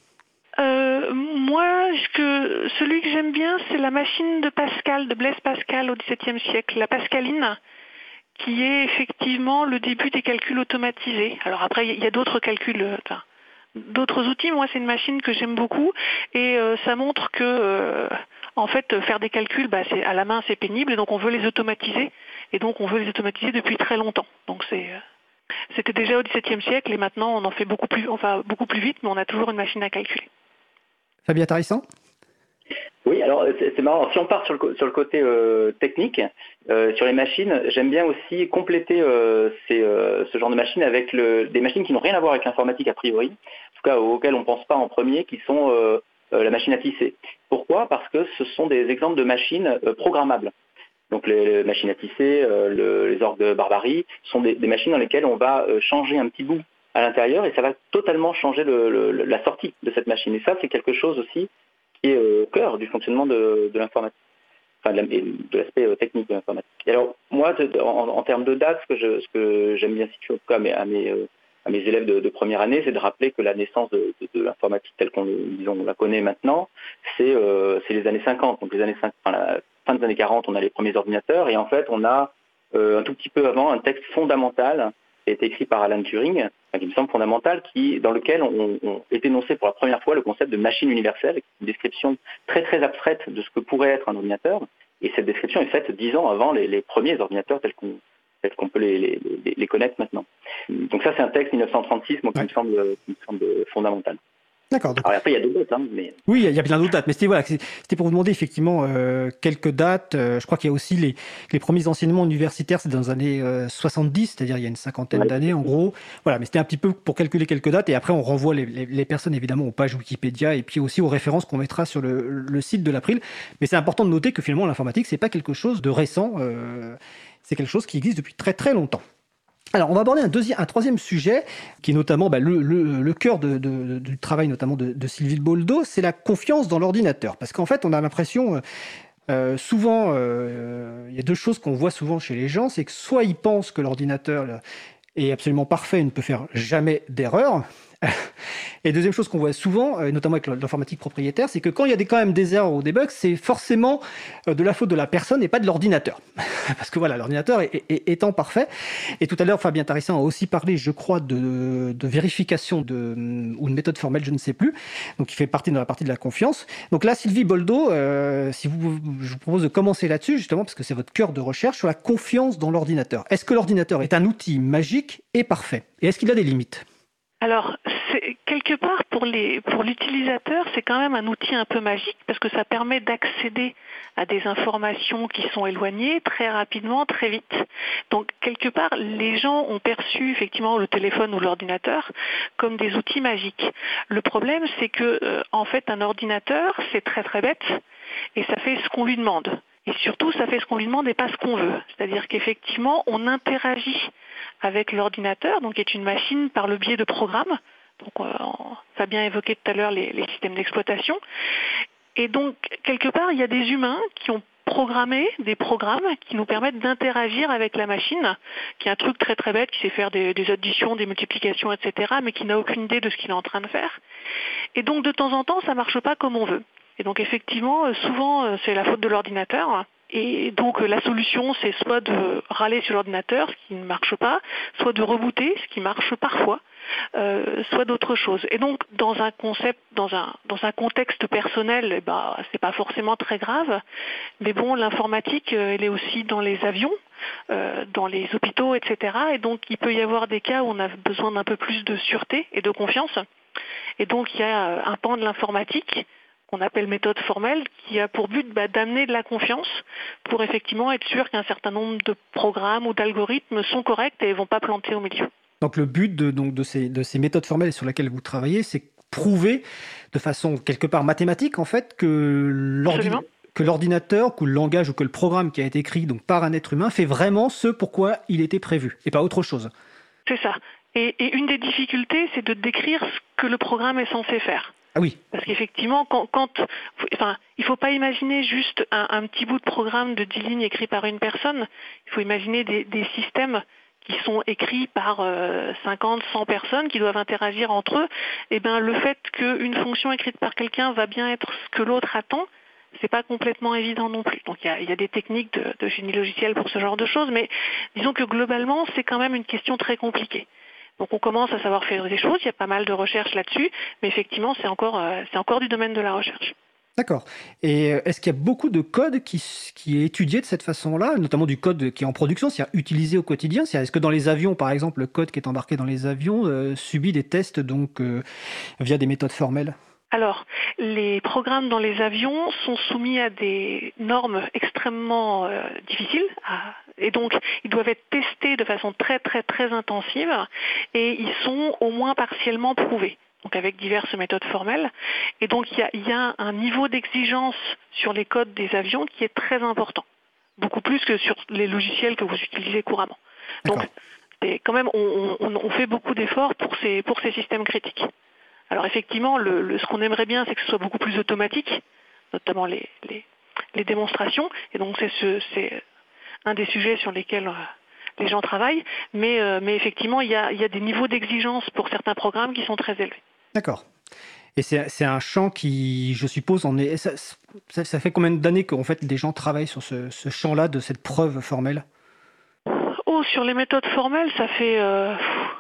euh, Moi, que, celui que j'aime bien, c'est la machine de Pascal, de Blaise Pascal au dix-septième siècle, la Pascaline, qui est effectivement le début des calculs automatisés. Alors après, il y a d'autres calculs... Enfin, d'autres outils, moi c'est une machine que j'aime beaucoup et euh, ça montre que euh, en fait faire des calculs bah, c'est, à la main c'est pénible et donc on veut les automatiser et donc on veut les automatiser depuis très longtemps. Donc c'est, euh, c'était déjà au dix-septième siècle et maintenant on en fait beaucoup plus, enfin, beaucoup plus vite mais on a toujours une machine à calculer. Fabien Tarissan ? Oui, alors c'est, c'est marrant. Si on part sur le, sur le côté euh, technique, euh, sur les machines, j'aime bien aussi compléter euh, ces, euh, ce genre de machines avec le, des machines qui n'ont rien à voir avec l'informatique a priori, en tout cas auxquelles on ne pense pas en premier, qui sont euh, euh, la machine à tisser. Pourquoi ? Parce que ce sont des exemples de machines euh, programmables. Donc les, les machines à tisser, euh, le, les orgues de barbarie, sont des, des machines dans lesquelles on va euh, changer un petit bout à l'intérieur et ça va totalement changer le, le, la sortie de cette machine. Et ça, c'est quelque chose aussi qui est au cœur du fonctionnement de, de l'informatique, enfin de, la, de l'aspect technique de l'informatique. Et alors moi, en, en termes de date, ce que, je, ce que j'aime bien situer en tout cas à mes, à mes, à mes élèves de, de première année, c'est de rappeler que la naissance de, de, de l'informatique telle qu'on disons, on la connaît maintenant, c'est, euh, c'est les années cinquante. Donc les années cinquante, enfin, la fin des années quarante, on a les premiers ordinateurs et en fait on a euh, un tout petit peu avant un texte fondamental qui a été écrit par Alan Turing, qui me semble fondamental, qui, dans lequel on, on est énoncé pour la première fois le concept de machine universelle, une description très très abstraite de ce que pourrait être un ordinateur. Et cette description est faite dix ans avant les, les premiers ordinateurs tels qu'on, tels qu'on peut les, les, les, les connaître maintenant. Donc ça, c'est un texte dix-neuf cent trente-six moi, qui, ouais. me semble, qui me semble fondamental. D'accord. Donc... Alors après, il y a d'autres dates. Hein, mais... Oui, il y a bien d'autres dates. Mais c'était, voilà, c'était pour vous demander effectivement euh, quelques dates. Euh, je crois qu'il y a aussi les, les premiers enseignements universitaires, c'est dans les années euh, soixante-dix, c'est-à-dire il y a une cinquantaine ouais. d'années en gros. Voilà, mais c'était un petit peu pour calculer quelques dates. Et après, on renvoie les, les, les personnes évidemment aux pages Wikipédia et puis aussi aux références qu'on mettra sur le, le site de l'April. Mais c'est important de noter que finalement, l'informatique, c'est pas quelque chose de récent. Euh, c'est quelque chose qui existe depuis très très longtemps. Alors, on va aborder un, deuxième, un troisième sujet, qui est notamment bah, le, le, le cœur de, de, du travail notamment de, de Sylvie Boldo, c'est la confiance dans l'ordinateur. Parce qu'en fait, on a l'impression, euh, souvent, euh, il y a deux choses qu'on voit souvent chez les gens, c'est que soit ils pensent que l'ordinateur est absolument parfait et ne peut faire jamais d'erreur. Et deuxième chose qu'on voit souvent, notamment avec l'informatique propriétaire, c'est que quand il y a des, quand même des erreurs ou des bugs, c'est forcément de la faute de la personne et pas de l'ordinateur. Parce que voilà, l'ordinateur est, est, étant parfait. Et tout à l'heure, Fabien Tarissin a aussi parlé, je crois, de, de vérification de, ou une méthode formelle, je ne sais plus, donc qui fait partie de la partie de la confiance. Donc là, Sylvie Boldo, euh, si vous, je vous propose de commencer là-dessus, justement, parce que c'est votre cœur de recherche, sur la confiance dans l'ordinateur. Est-ce que l'ordinateur est un outil magique et parfait ? Et est-ce qu'il a des limites ? Alors, c'est, quelque part, pour, les, pour l'utilisateur, c'est quand même un outil un peu magique parce que ça permet d'accéder à des informations qui sont éloignées très rapidement, très vite. Donc, quelque part, les gens ont perçu effectivement le téléphone ou l'ordinateur comme des outils magiques. Le problème, c'est que, euh, en fait, un ordinateur, c'est très très bête et ça fait ce qu'on lui demande. Et surtout, ça fait ce qu'on lui demande et pas ce qu'on veut. C'est-à-dire qu'effectivement, on interagit avec l'ordinateur, donc qui est une machine par le biais de programmes. Donc, euh, Fabien évoquait tout à l'heure les, les systèmes d'exploitation. Et donc, quelque part, il y a des humains qui ont programmé des programmes qui nous permettent d'interagir avec la machine, qui est un truc très très bête, qui sait faire des, des additions, des multiplications, et cetera, mais qui n'a aucune idée de ce qu'il est en train de faire. Et donc, de temps en temps, ça ne marche pas comme on veut. Et donc, effectivement, souvent, c'est la faute de l'ordinateur. Et donc la solution, c'est soit de râler sur l'ordinateur, ce qui ne marche pas, soit de rebooter, ce qui marche parfois, euh, soit d'autres choses. Et donc dans un concept, dans un dans un contexte personnel, eh ben, c'est pas forcément très grave. Mais bon, l'informatique, elle est aussi dans les avions, euh, dans les hôpitaux, et cetera. Et donc il peut y avoir des cas où on a besoin d'un peu plus de sûreté et de confiance. Et donc il y a un pan de l'informatique qu'on appelle méthode formelle, qui a pour but bah, d'amener de la confiance pour effectivement être sûr qu'un certain nombre de programmes ou d'algorithmes sont corrects et ne vont pas planter au milieu. Donc le but de, donc, de, ces, de ces méthodes formelles sur lesquelles vous travaillez, c'est prouver de façon quelque part mathématique en fait que, l'ordi- que l'ordinateur, que le langage ou que le programme qui a été écrit donc, par un être humain fait vraiment ce pourquoi il était prévu et pas autre chose. C'est ça. Et, et une des difficultés, c'est de décrire ce que le programme est censé faire. Ah oui. Parce qu'effectivement, quand, quand, enfin, il ne faut pas imaginer juste un, un petit bout de programme de dix lignes écrit par une personne. Il faut imaginer des, des systèmes qui sont écrits par euh, cinquante, cent personnes qui doivent interagir entre eux. Et bien, le fait qu'une fonction écrite par quelqu'un va bien être ce que l'autre attend, c'est pas complètement évident non plus. Donc il y a, il y a des techniques de, de génie logiciel pour ce genre de choses, mais disons que globalement, c'est quand même une question très compliquée. Donc on commence à savoir faire des choses, il y a pas mal de recherches là-dessus, mais effectivement c'est encore, euh, c'est encore du domaine de la recherche. D'accord. Et est-ce qu'il y a beaucoup de code qui, qui est étudié de cette façon-là, notamment du code qui est en production, c'est-à-dire utilisé au quotidien ? C'est-à-dire, est-ce que dans les avions, par exemple, le code qui est embarqué dans les avions euh, subit des tests donc, euh, via des méthodes formelles ? Alors, les programmes dans les avions sont soumis à des normes extrêmement euh, difficiles à, et donc ils doivent être testés de façon très très très intensive et ils sont au moins partiellement prouvés, donc avec diverses méthodes formelles. Et donc il y a, il y a un niveau d'exigence sur les codes des avions qui est très important, beaucoup plus que sur les logiciels que vous utilisez couramment. Donc et quand même, on, on, on fait beaucoup d'efforts pour ces, pour ces systèmes critiques. Alors effectivement, le, le, ce qu'on aimerait bien, c'est que ce soit beaucoup plus automatique, notamment les, les, les démonstrations. Et donc c'est, ce, c'est un des sujets sur lesquels euh, les gens travaillent. Mais, euh, mais effectivement, il y a, il y a des niveaux d'exigence pour certains programmes qui sont très élevés. D'accord. Et c'est, c'est un champ qui, je suppose, en est, ça, ça, ça fait combien d'années qu'en fait des gens travaillent sur ce, ce champ-là de cette preuve formelle ? Oh, sur les méthodes formelles, ça fait... Euh,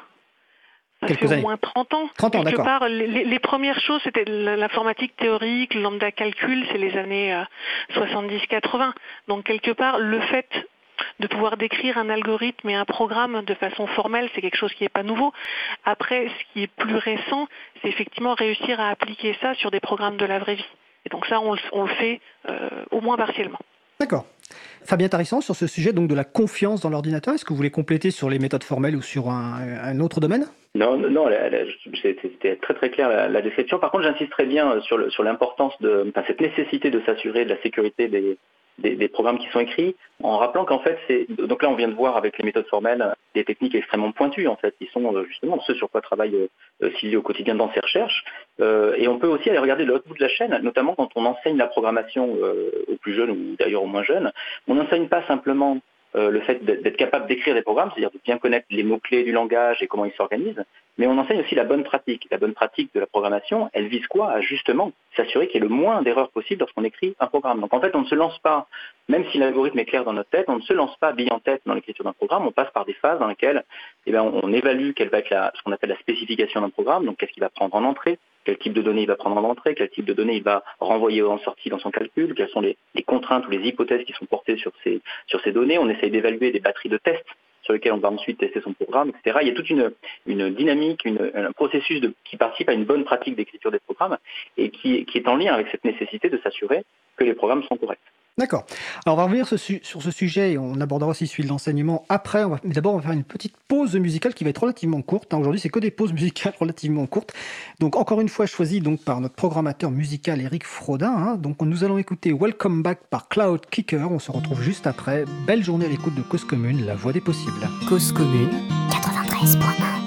Ça Quelques fait années. au moins trente ans. trente ans, Quelque d'accord. part, les, les premières choses, c'était l'informatique théorique, le lambda calcul, c'est les années euh, soixante-dix quatre-vingts. Donc, quelque part, le fait de pouvoir décrire un algorithme et un programme de façon formelle, c'est quelque chose qui n'est pas nouveau. Après, ce qui est plus récent, c'est effectivement réussir à appliquer ça sur des programmes de la vraie vie. Et donc ça, on, on le fait euh, au moins partiellement. D'accord. Fabien Tarisson, sur ce sujet donc de la confiance dans l'ordinateur, est-ce que vous voulez compléter sur les méthodes formelles ou sur un, un autre domaine ? Non, non, la, la, c'était très très clair la, la description. Par contre, j'insisterai bien sur, le, sur l'importance de, enfin, cette nécessité de s'assurer de la sécurité des, des, des programmes qui sont écrits, en rappelant qu'en fait, c'est donc là on vient de voir avec les méthodes formelles des techniques extrêmement pointues en fait, qui sont justement ce sur quoi travaille euh, Sylvie au quotidien dans ses recherches. Euh, et on peut aussi aller regarder de l'autre bout de la chaîne, notamment quand on enseigne la programmation euh, aux plus jeunes ou d'ailleurs aux moins jeunes. On n'enseigne pas simplement Euh, le fait d'être capable d'écrire des programmes, c'est-à-dire de bien connaître les mots-clés du langage et comment ils s'organisent, mais on enseigne aussi la bonne pratique. La bonne pratique de la programmation, elle vise quoi ? À justement s'assurer qu'il y ait le moins d'erreurs possible lorsqu'on écrit un programme. Donc en fait, on ne se lance pas, même si l'algorithme est clair dans notre tête, on ne se lance pas bille en tête dans l'écriture d'un programme, on passe par des phases dans lesquelles eh bien, on, on évalue quelle va être la, ce qu'on appelle la spécification d'un programme, donc qu'est-ce qu'il va prendre en entrée, quel type de données il va prendre en entrée, quel type de données il va renvoyer en sortie dans son calcul, quelles sont les, les contraintes ou les hypothèses qui sont portées sur ces, sur ces données. On essaye d'évaluer des batteries de tests sur lesquelles on va ensuite tester son programme, et cetera. Il y a toute une, une dynamique, une, un processus de, qui participe à une bonne pratique d'écriture des programmes et qui, qui est en lien avec cette nécessité de s'assurer que les programmes sont corrects. D'accord. Alors, on va revenir ce su- sur ce sujet et on abordera aussi celui de l'enseignement après. On va, mais d'abord, on va faire une petite pause musicale qui va être relativement courte. Hein. Aujourd'hui, c'est que des pauses musicales relativement courtes. Donc, encore une fois, choisie donc, par notre programmateur musical Eric Frodin. Hein. Donc, nous allons écouter Welcome Back par Cloud Kicker. On se retrouve juste après. Belle journée à l'écoute de Cause Commune, la voix des possibles. Cause Commune quatre-vingt-treize point un.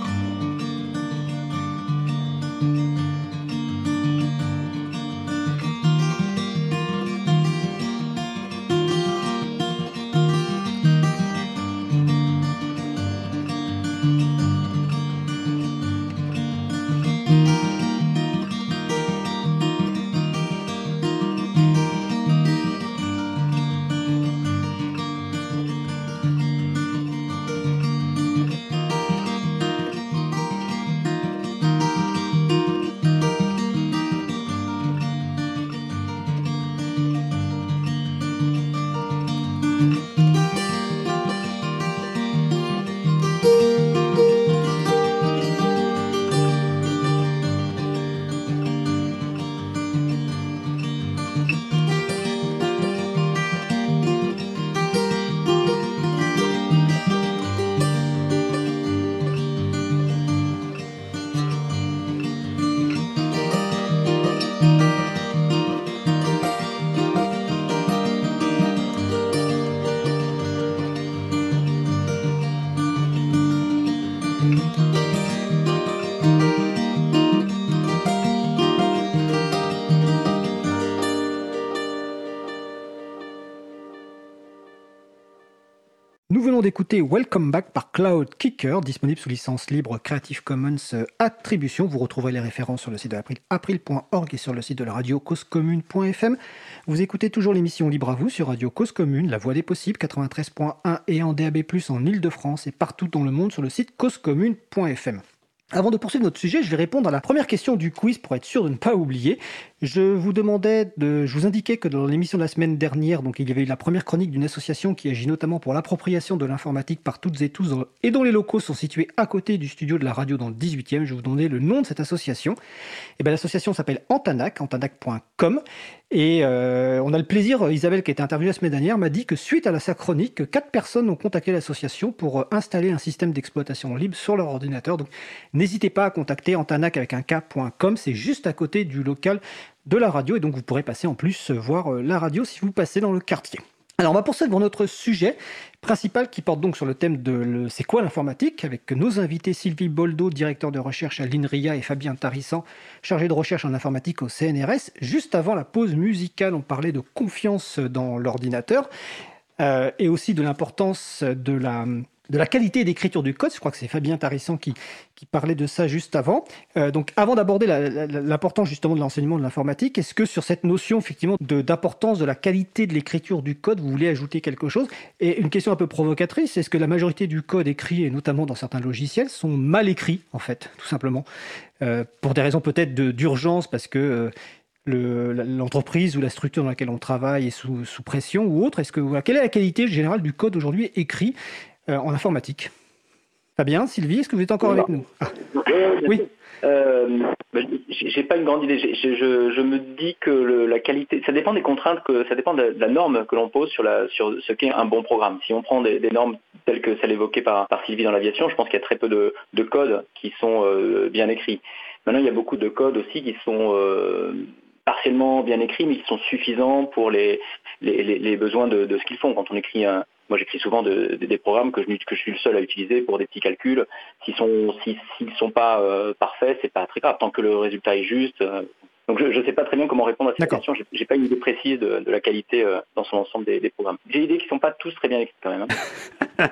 Nous venons d'écouter Welcome Back par Cloud Kicker, disponible sous licence libre Creative Commons Attribution. Vous retrouverez les références sur le site de april, april point org et sur le site de la radio cause commune point f m. Vous écoutez toujours l'émission Libre à vous sur Radio Cause Commune, la voix des possibles, quatre-vingt-treize point un et en D A B plus, en Ile-de-France et partout dans le monde sur le site cause commune point f m. Avant de poursuivre notre sujet, je vais répondre à la première question du quiz pour être sûr de ne pas oublier. Je vous demandais, de, je vous indiquais que dans l'émission de la semaine dernière, donc il y avait eu la première chronique d'une association qui agit notamment pour l'appropriation de l'informatique par toutes et tous dans- et dont les locaux sont situés à côté du studio de la radio dans le dix-huitième. Je vais vous donner le nom de cette association. Et ben, l'association s'appelle Antanac, antanac point com. Et euh, on a le plaisir, Isabelle qui a été interviewée la semaine dernière, m'a dit que suite à la, sa chronique, quatre personnes ont contacté l'association pour euh, installer un système d'exploitation libre sur leur ordinateur. Donc n'hésitez pas à contacter antanac avec un k.com, c'est juste à côté du local de la radio et donc vous pourrez passer en plus euh, voir euh, la radio si vous passez dans le quartier. Alors on va poursuivre dans notre sujet principal qui porte donc sur le thème de le, c'est quoi l'informatique, avec nos invités Sylvie Boldo, directeur de recherche à l'INRIA, et Fabien Tarissan, chargé de recherche en informatique au C N R S. Juste avant la pause musicale, on parlait de confiance dans l'ordinateur euh, et aussi de l'importance de la, de la qualité d'écriture du code. Je crois que c'est Fabien Tarissan qui, qui parlait de ça juste avant. Euh, donc avant d'aborder la- la- l'importance justement de l'enseignement de l'informatique, est-ce que sur cette notion effectivement de- d'importance de la qualité de l'écriture du code, vous voulez ajouter quelque chose? Et une question un peu provocatrice, est-ce que la majorité du code écrit, et notamment dans certains logiciels, sont mal écrits en fait, tout simplement, Euh, pour des raisons peut-être de- d'urgence, parce que euh, le- la- l'entreprise ou la structure dans laquelle on travaille est sous, sous pression ou autre? Est-ce que voilà, quelle est la qualité générale du code aujourd'hui écrit euh, en informatique? Fabien, Sylvie, est-ce que vous êtes encore avec nous? Ah, oui. Euh, ben, j'ai j'ai pas une grande idée. J'ai- j'ai- je, je me dis que le- la qualité, ça dépend des contraintes, que ça dépend de, de la norme que l'on pose sur, la, sur ce qu'est un bon programme. Si on prend des, des normes telles que celles évoquées par, par Sylvie dans l'aviation, je pense qu'il y a très peu de, de codes qui sont euh, bien écrits. Maintenant, il y a beaucoup de codes aussi qui sont euh, partiellement bien écrits, mais qui sont suffisants pour les, les, les- les besoins de, de ce qu'ils font. Quand on écrit un, moi, j'écris souvent de- de- des programmes que je, n'ut- que je suis le seul à utiliser pour des petits calculs. S'ils sont, si- s'ils sont pas euh, parfaits, c'est pas très grave tant que le résultat est juste. euh. Donc, je ne sais pas très bien comment répondre à cette D'accord. question. J'ai, j'ai pas une idée précise de, de la qualité euh, dans son ensemble des, des programmes. J'ai l'idée qu'ils sont pas tous très bien écrits quand même, hein.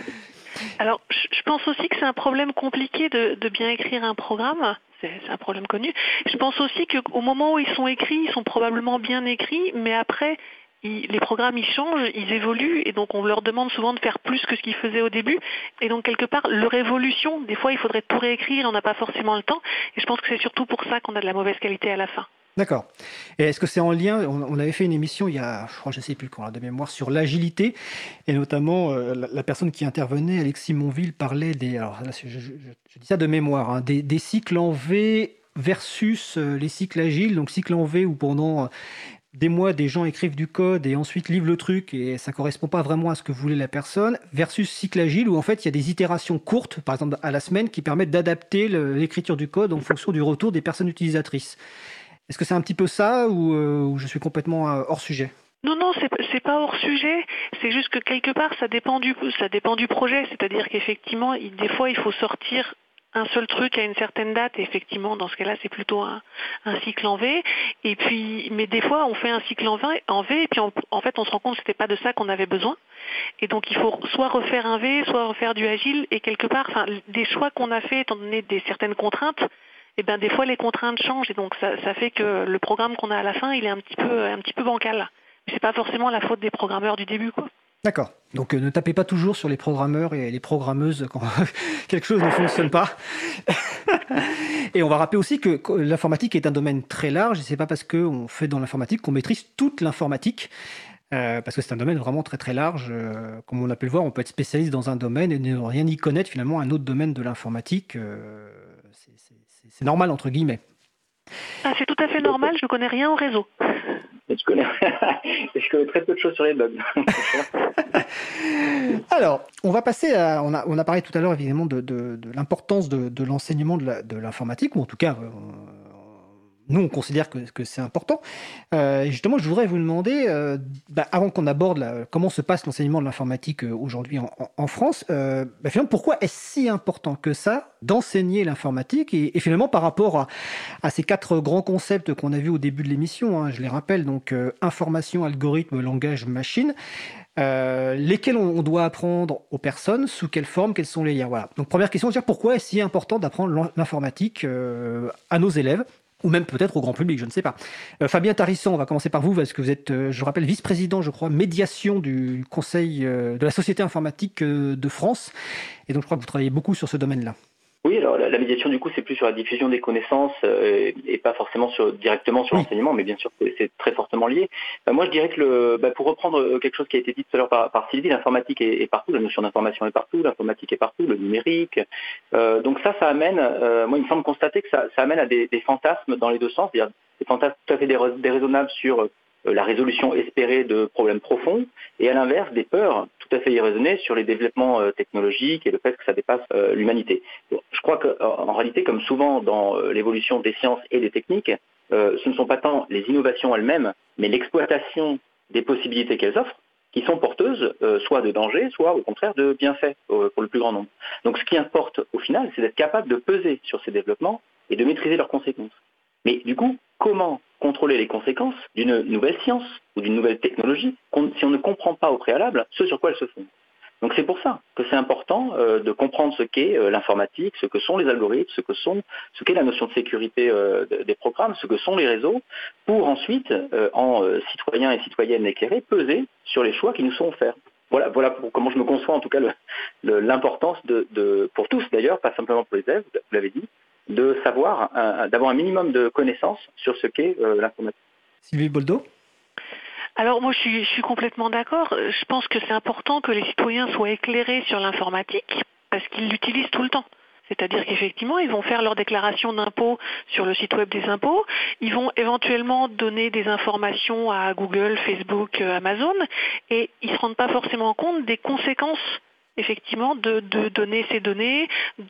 Alors, je je pense aussi que c'est un problème compliqué de, de bien écrire un programme. C'est c'est un problème connu. Je pense aussi qu'au moment où ils sont écrits, ils sont probablement bien écrits, mais après, ils- les programmes, ils changent, ils évoluent, et donc on leur demande souvent de faire plus que ce qu'ils faisaient au début. Et donc, quelque part, leur évolution, des fois, il faudrait tout réécrire, on n'a pas forcément le temps. Et je pense que c'est surtout pour ça qu'on a de la mauvaise qualité à la fin. D'accord. Et est-ce que c'est en lien, on, on avait fait une émission il y a, je crois, je ne sais plus quand, là, de mémoire, sur l'agilité, et notamment euh, la, la personne qui intervenait, Alexis Monville, parlait des, alors là, je, je- je- je dis ça de mémoire, hein, des, des cycles en V versus euh, les cycles agiles. Donc cycle en V où pendant euh, des mois, des gens écrivent du code et ensuite livrent le truc et ça correspond pas vraiment à ce que voulait la personne, versus cycle agile où en fait il y a des itérations courtes, par exemple à la semaine, qui permettent d'adapter le- l'écriture du code en fonction du retour des personnes utilisatrices. Est-ce que c'est un petit peu ça ou, euh, ou je suis complètement euh, hors sujet? Non, non, c'est c'est pas hors sujet. C'est juste que quelque part, ça dépend du, ça dépend du projet. C'est-à-dire qu'effectivement, il- des fois, il faut sortir un seul truc à une certaine date. Et effectivement, dans ce cas-là, c'est plutôt un, un cycle en V. Et puis, mais des fois, on fait un cycle en V, en V et puis on- en fait, on se rend compte que c'était pas de ça qu'on avait besoin. Et donc, il faut soit refaire un V, soit refaire du agile. Et quelque part, enfin, des choix qu'on a fait, étant donné des certaines contraintes, eh ben, des fois, les contraintes changent. Et donc, ça, ça fait que le programme qu'on a à la fin, il est un petit peu, un petit peu bancal. C'est pas forcément la faute des programmeurs du début, quoi. D'accord. Donc euh, ne tapez pas toujours sur les programmeurs et les programmeuses quand quelque chose ne fonctionne pas. Et on va rappeler aussi que que l'informatique est un domaine très large et c'est pas parce qu'on fait dans l'informatique qu'on maîtrise toute l'informatique. Euh, parce que c'est un domaine vraiment très très large. Euh, comme on a pu le voir, on peut être spécialiste dans un domaine et ne rien y connaître finalement un autre domaine de l'informatique. Euh, c'est- c'est c'est- c'est normal entre guillemets. Ah, c'est tout à fait normal, je connais rien au réseau. Et je connais, je connais très peu de choses sur les bugs. Alors, on va passer à. On a, on a parlé tout à l'heure évidemment de, de- de l'importance de, de l'enseignement de la- de l'informatique, ou en tout cas, euh, nous on considère que, que c'est important. Euh, et justement, je voudrais vous demander, euh, bah, avant qu'on aborde la- comment se passe l'enseignement de l'informatique euh, aujourd'hui en, en- en France, euh, bah, finalement, pourquoi est-ce si important que ça d'enseigner l'informatique et, et finalement par rapport à, à ces quatre grands concepts qu'on a vus au début de l'émission, hein, je les rappelle, donc euh, information, algorithme, langage, machine. Euh, lesquels on, on doit apprendre aux personnes, sous quelle forme, quels sont les liens. Voilà. Donc première question, c'est pourquoi est-ce si important d'apprendre l'en- l'informatique euh, à nos élèves, ou même peut-être au grand public, je ne sais pas. Euh, Fabien Tarissan, on va commencer par vous, parce que vous êtes, euh, je rappelle, vice-président, je crois, médiation du Conseil euh, de la Société informatique euh, de France, et donc je crois que vous travaillez beaucoup sur ce domaine-là. Oui, alors la, la médiation du coup c'est plus sur la diffusion des connaissances euh, et, et pas forcément sur, directement sur Oui. l'enseignement, mais bien sûr c'est, c'est très fortement lié. Euh, moi je dirais que le, bah, pour reprendre quelque chose qui a été dit tout à l'heure par, par Sylvie, l'informatique est, est partout, la notion d'information est partout, l'informatique est partout, le numérique. Euh, donc ça, ça amène, euh, moi il me semble constater que ça, ça amène à des, des fantasmes dans les deux sens, c'est-à-dire des fantasmes tout à fait déra- déraisonnables sur euh, la résolution espérée de problèmes profonds, et à l'inverse des peurs tout à fait irraisonnées sur les développements euh, technologiques et le fait que ça dépasse euh, l'humanité. Bon, je crois qu'en réalité, comme souvent dans euh, l'évolution des sciences et des techniques, euh, ce ne sont pas tant les innovations elles-mêmes, mais l'exploitation des possibilités qu'elles offrent qui sont porteuses euh, soit de danger, soit au contraire de bienfaits euh, pour le plus grand nombre. Donc ce qui importe au final, c'est d'être capable de peser sur ces développements et de maîtriser leurs conséquences. Mais du coup, comment contrôler les conséquences d'une nouvelle science ou d'une nouvelle technologie si on ne comprend pas au préalable ce sur quoi elle se fonde? Donc c'est pour ça que c'est important euh, de comprendre ce qu'est euh, l'informatique, ce que sont les algorithmes, ce que sont, ce qu'est la notion de sécurité euh, des programmes, ce que sont les réseaux, pour ensuite, euh, en euh, citoyens et citoyennes éclairés, peser sur les choix qui nous sont offerts. Voilà, voilà pour comment je me conçois en tout cas le, le, l'importance de, de, pour tous d'ailleurs, pas simplement pour les élèves, vous l'avez dit, de savoir, euh, d'avoir un minimum de connaissances sur ce qu'est euh, l'informatique. Sylvie Boldo? Alors moi je suis, je suis complètement d'accord. Je pense que c'est important que les citoyens soient éclairés sur l'informatique parce qu'ils l'utilisent tout le temps. C'est-à-dire qu'effectivement, ils vont faire leur déclaration d'impôt sur le site web des impôts, ils vont éventuellement donner des informations à Google, Facebook, Amazon, et ils ne se rendent pas forcément compte des conséquences effectivement de, de donner ces données,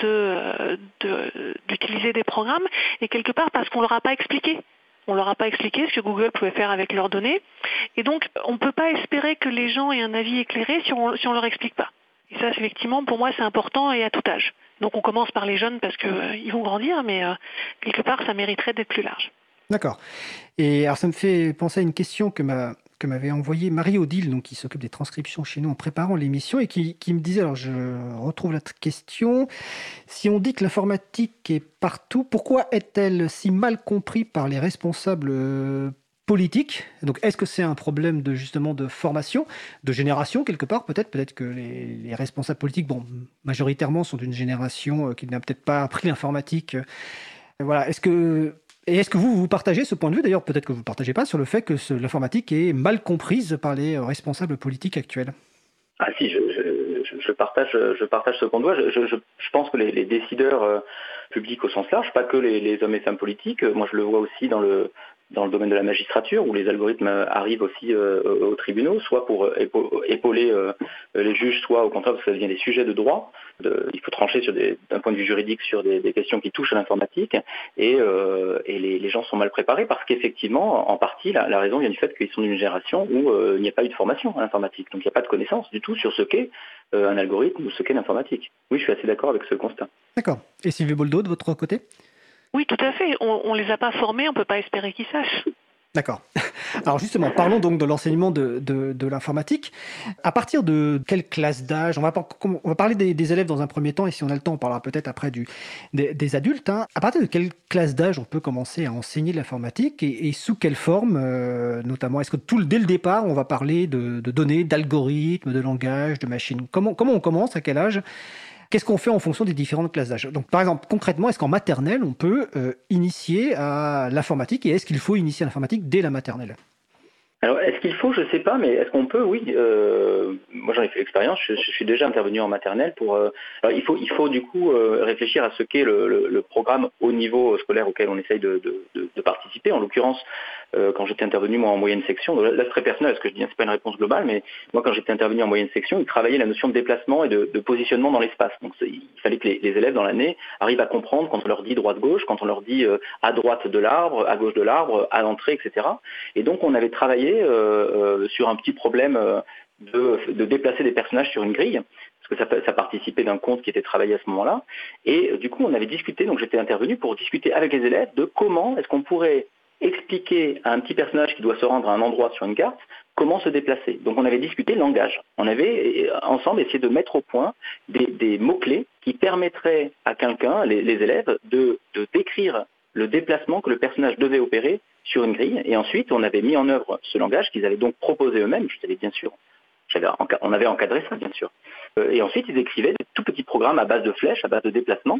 de, de, d'utiliser des programmes, et quelque part parce qu'on ne leur a pas expliqué. On ne leur a pas expliqué ce que Google pouvait faire avec leurs données. Et donc, on ne peut pas espérer que les gens aient un avis éclairé si on ne si on leur explique pas. Et ça, effectivement, pour moi, c'est important et à tout âge. Donc, on commence par les jeunes parce qu'ils euh, vont grandir, mais euh, quelque part, ça mériterait d'être plus large. D'accord. Et alors, ça me fait penser à une question que m'a que m'avait envoyée Marie-Odile, donc, qui s'occupe des transcriptions chez nous en préparant l'émission, et qui, qui me disait, alors je retrouve la question, si on dit que l'informatique est partout, pourquoi est-elle si mal comprise par les responsables euh, politiques? Donc, est-ce que c'est un problème de justement de formation, de génération quelque part? Peut-être, peut-être que les, les responsables politiques, bon, majoritairement, sont d'une génération euh, qui n'a peut-être pas appris l'informatique. Euh, voilà. Est-ce que et est-ce que vous, vous partagez ce point de vue, d'ailleurs, peut-être que vous ne partagez pas, sur le fait que ce, l'informatique est mal comprise par les responsables politiques actuels? Ah si, je, je, je, partage, je partage ce point de vue. Je, je, je pense que les, les décideurs euh, publics au sens large, pas que les, les hommes et femmes politiques, moi je le vois aussi dans le, dans le domaine de la magistrature, où les algorithmes arrivent aussi euh, aux tribunaux, soit pour épauler euh, les juges, soit au contraire parce que ça devient des sujets de droit. De, il faut trancher sur des, d'un point de vue juridique sur des, des questions qui touchent à l'informatique, et, euh, et les, les gens sont mal préparés parce qu'effectivement, en partie, la, la raison vient du fait qu'ils sont d'une génération où euh, il n'y a pas eu de formation à l'informatique, donc il n'y a pas de connaissance du tout sur ce qu'est euh, un algorithme ou ce qu'est l'informatique. Oui, je suis assez d'accord avec ce constat. D'accord. Et Sylvie Boldo, de votre côté? Oui, tout à fait. On ne les a pas formés, on ne peut pas espérer qu'ils sachent. D'accord. Alors justement, parlons donc de l'enseignement de, de, de l'informatique. À partir de quelle classe d'âge? On va, on va parler des, des élèves dans un premier temps, et si on a le temps, on parlera peut-être après du, des, des adultes. Hein. À partir de quelle classe d'âge on peut commencer à enseigner l'informatique, et, et sous quelle forme, euh, notamment? Est-ce que tout, dès le départ, on va parler de, de données, d'algorithmes, de langage, de machines? Comment, comment on commence? À quel âge? Qu'est-ce qu'on fait en fonction des différentes classes d'âge? Donc, par exemple, concrètement, est-ce qu'en maternelle, on peut euh, initier à l'informatique, et est-ce qu'il faut initier à l'informatique dès la maternelle? Alors, est-ce qu'il faut? Je ne sais pas, mais est-ce qu'on peut? Oui. Euh, moi, j'en ai fait l'expérience. Je, je suis déjà intervenu en maternelle pour. Euh, alors, il faut, il faut du coup euh, réfléchir à ce qu'est le, le, le programme au niveau scolaire auquel on essaye de, de, de, de participer. En l'occurrence, euh, quand j'étais intervenu moi en moyenne section, là, là c'est très personnel, ce que je dis, c'est pas une réponse globale, mais moi, quand j'étais intervenu en moyenne section, ils travaillaient la notion de déplacement et de, de positionnement dans l'espace. Donc, il fallait que les, les élèves dans l'année arrivent à comprendre quand on leur dit droite-gauche, quand on leur dit euh, à droite de l'arbre, à gauche de l'arbre, à l'entrée, et cetera. Et donc, on avait travaillé Euh, euh, sur un petit problème euh, de, de déplacer des personnages sur une grille, parce que ça, ça participait d'un conte qui était travaillé à ce moment-là. Et euh, du coup, on avait discuté, donc j'étais intervenu pour discuter avec les élèves de comment est-ce qu'on pourrait expliquer à un petit personnage qui doit se rendre à un endroit sur une carte comment se déplacer. Donc on avait discuté langage. On avait ensemble essayé de mettre au point des, des mots-clés qui permettraient à quelqu'un, les, les élèves, de, de décrire le déplacement que le personnage devait opérer sur une grille, et ensuite on avait mis en œuvre ce langage qu'ils avaient donc proposé eux-mêmes. Je savais bien sûr, j'avais, on avait encadré ça bien sûr, euh, et ensuite ils écrivaient des tout petits programmes à base de flèches, à base de déplacements,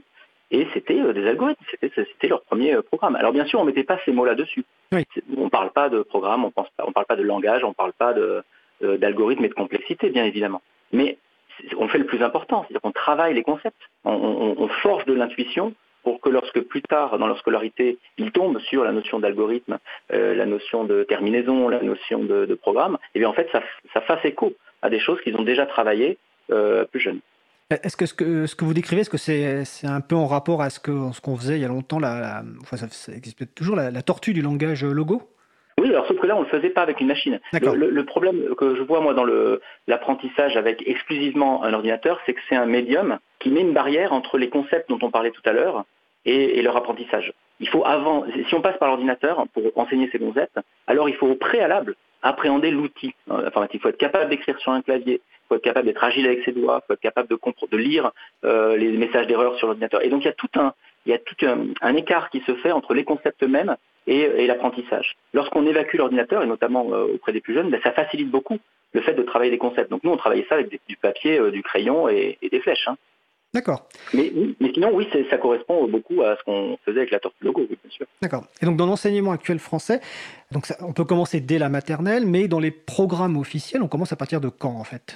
et c'était euh, des algorithmes, c'était, c'était leur premier euh, programme. Alors bien sûr, on ne mettait pas ces mots là-dessus. Oui. On ne parle pas de programme, on ne parle pas de langage, on ne parle pas de, euh, d'algorithme et de complexité, bien évidemment. Mais on fait le plus important, c'est-à-dire qu'on travaille les concepts, on, on, on forge de l'intuition pour que lorsque plus tard, dans leur scolarité, ils tombent sur la notion d'algorithme, euh, la notion de terminaison, la notion de, de programme, et bien en fait, ça, ça fasse écho à des choses qu'ils ont déjà travaillées euh, plus jeunes. Est-ce que ce que, ce que vous décrivez, est-ce que c'est, c'est un peu en rapport à ce, que, ce qu'on faisait il y a longtemps, la, la, enfin ça, ça existe peut-être toujours, la, la tortue du langage logo? Oui, alors sauf que là, on ne le faisait pas avec une machine. Le, le, le problème que je vois, moi, dans le, l'apprentissage avec exclusivement un ordinateur, c'est que c'est un médium qui met une barrière entre les concepts dont on parlait tout à l'heure et, et leur apprentissage. Il faut avant, si on passe par l'ordinateur pour enseigner ces concepts, alors il faut au préalable appréhender l'outil informatique. Il faut être capable d'écrire sur un clavier, il faut être capable d'être agile avec ses doigts, il faut être capable de, de lire euh, les messages d'erreur sur l'ordinateur. Et donc il y a tout un, il y a tout un, un écart qui se fait entre les concepts eux-mêmes et, et l'apprentissage. Lorsqu'on évacue l'ordinateur, et notamment euh, auprès des plus jeunes, ben, ça facilite beaucoup le fait de travailler des concepts. Donc nous, on travaillait ça avec des, du papier, euh, du crayon et, et des flèches. Hein. D'accord. Mais, mais sinon, oui, c'est, ça correspond beaucoup à ce qu'on faisait avec la tortue logo, oui, bien sûr. D'accord. Et donc dans l'enseignement actuel français, donc ça, on peut commencer dès la maternelle, mais dans les programmes officiels, on commence à partir de quand en fait?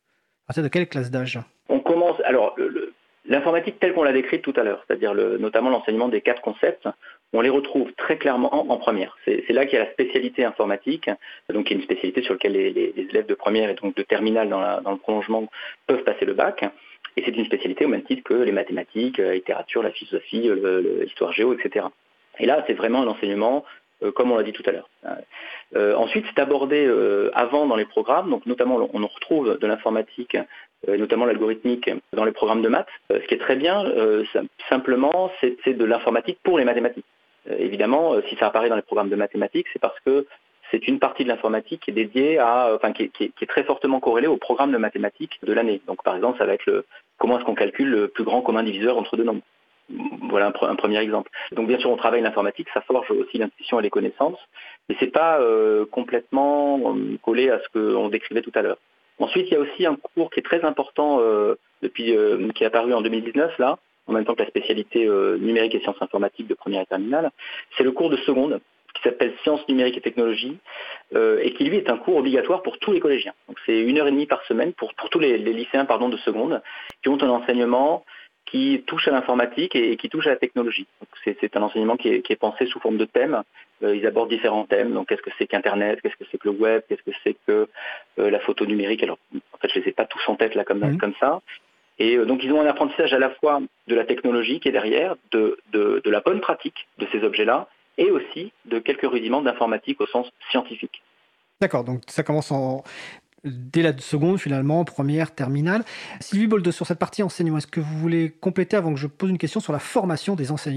À partir de quelle classe d'âge? On commence, alors, le, le, l'informatique telle qu'on l'a décrite tout à l'heure, c'est-à-dire le, notamment l'enseignement des quatre concepts, on les retrouve très clairement en, en première. C'est, c'est là qu'il y a la spécialité informatique, donc qui est une spécialité sur laquelle les, les, les élèves de première et donc de terminale dans, la, dans le prolongement peuvent passer le bac. Et c'est une spécialité au même titre que les mathématiques, la littérature, la philosophie, le, le, l'histoire géo, et cetera. Et là, c'est vraiment un enseignement, euh, comme on l'a dit tout à l'heure. Euh, ensuite, c'est abordé euh, avant dans les programmes, donc notamment on retrouve de l'informatique, euh, notamment l'algorithmique, dans les programmes de maths. Euh, ce qui est très bien, euh, simplement, c'est, c'est de l'informatique pour les mathématiques. Euh, évidemment, si ça apparaît dans les programmes de mathématiques, c'est parce que c'est une partie de l'informatique qui est dédiée à, enfin, qui est, qui est, qui est très fortement corrélée au programme de mathématiques de l'année. Donc, par exemple, ça va être le, comment est-ce qu'on calcule le plus grand commun diviseur entre deux nombres. Voilà un, un premier exemple. Donc, bien sûr, on travaille l'informatique, ça forge aussi l'intuition et les connaissances, mais c'est pas euh, complètement euh, collé à ce qu'on décrivait tout à l'heure. Ensuite, il y a aussi un cours qui est très important euh, depuis, euh, qui est apparu en deux mille dix-neuf là, en même temps que la spécialité euh, numérique et sciences informatiques de première et terminale. C'est le cours de seconde, qui s'appelle Sciences numériques et technologies, euh, et qui lui est un cours obligatoire pour tous les collégiens. Donc c'est une heure et demie par semaine pour, pour tous les, les lycéens pardon, de seconde, qui ont un enseignement qui touche à l'informatique et, et qui touche à la technologie. Donc c'est, c'est un enseignement qui est, qui est pensé sous forme de thèmes. Euh, ils abordent différents thèmes. Donc qu'est-ce que c'est qu'Internet, qu'est-ce que c'est que le web, qu'est-ce que c'est que euh, la photo numérique. Alors en fait je les ai pas tous en tête là comme, mmh. comme ça. Et euh, donc ils ont un apprentissage à la fois de la technologie qui est derrière, de, de, de la bonne pratique de ces objets-là, et aussi de quelques rudiments d'informatique au sens scientifique. D'accord, donc ça commence en... dès la seconde finalement, première, terminale. Sylvie Bolde, sur cette partie enseignement, est-ce que vous voulez compléter avant que je pose une question sur la formation des enseignants ?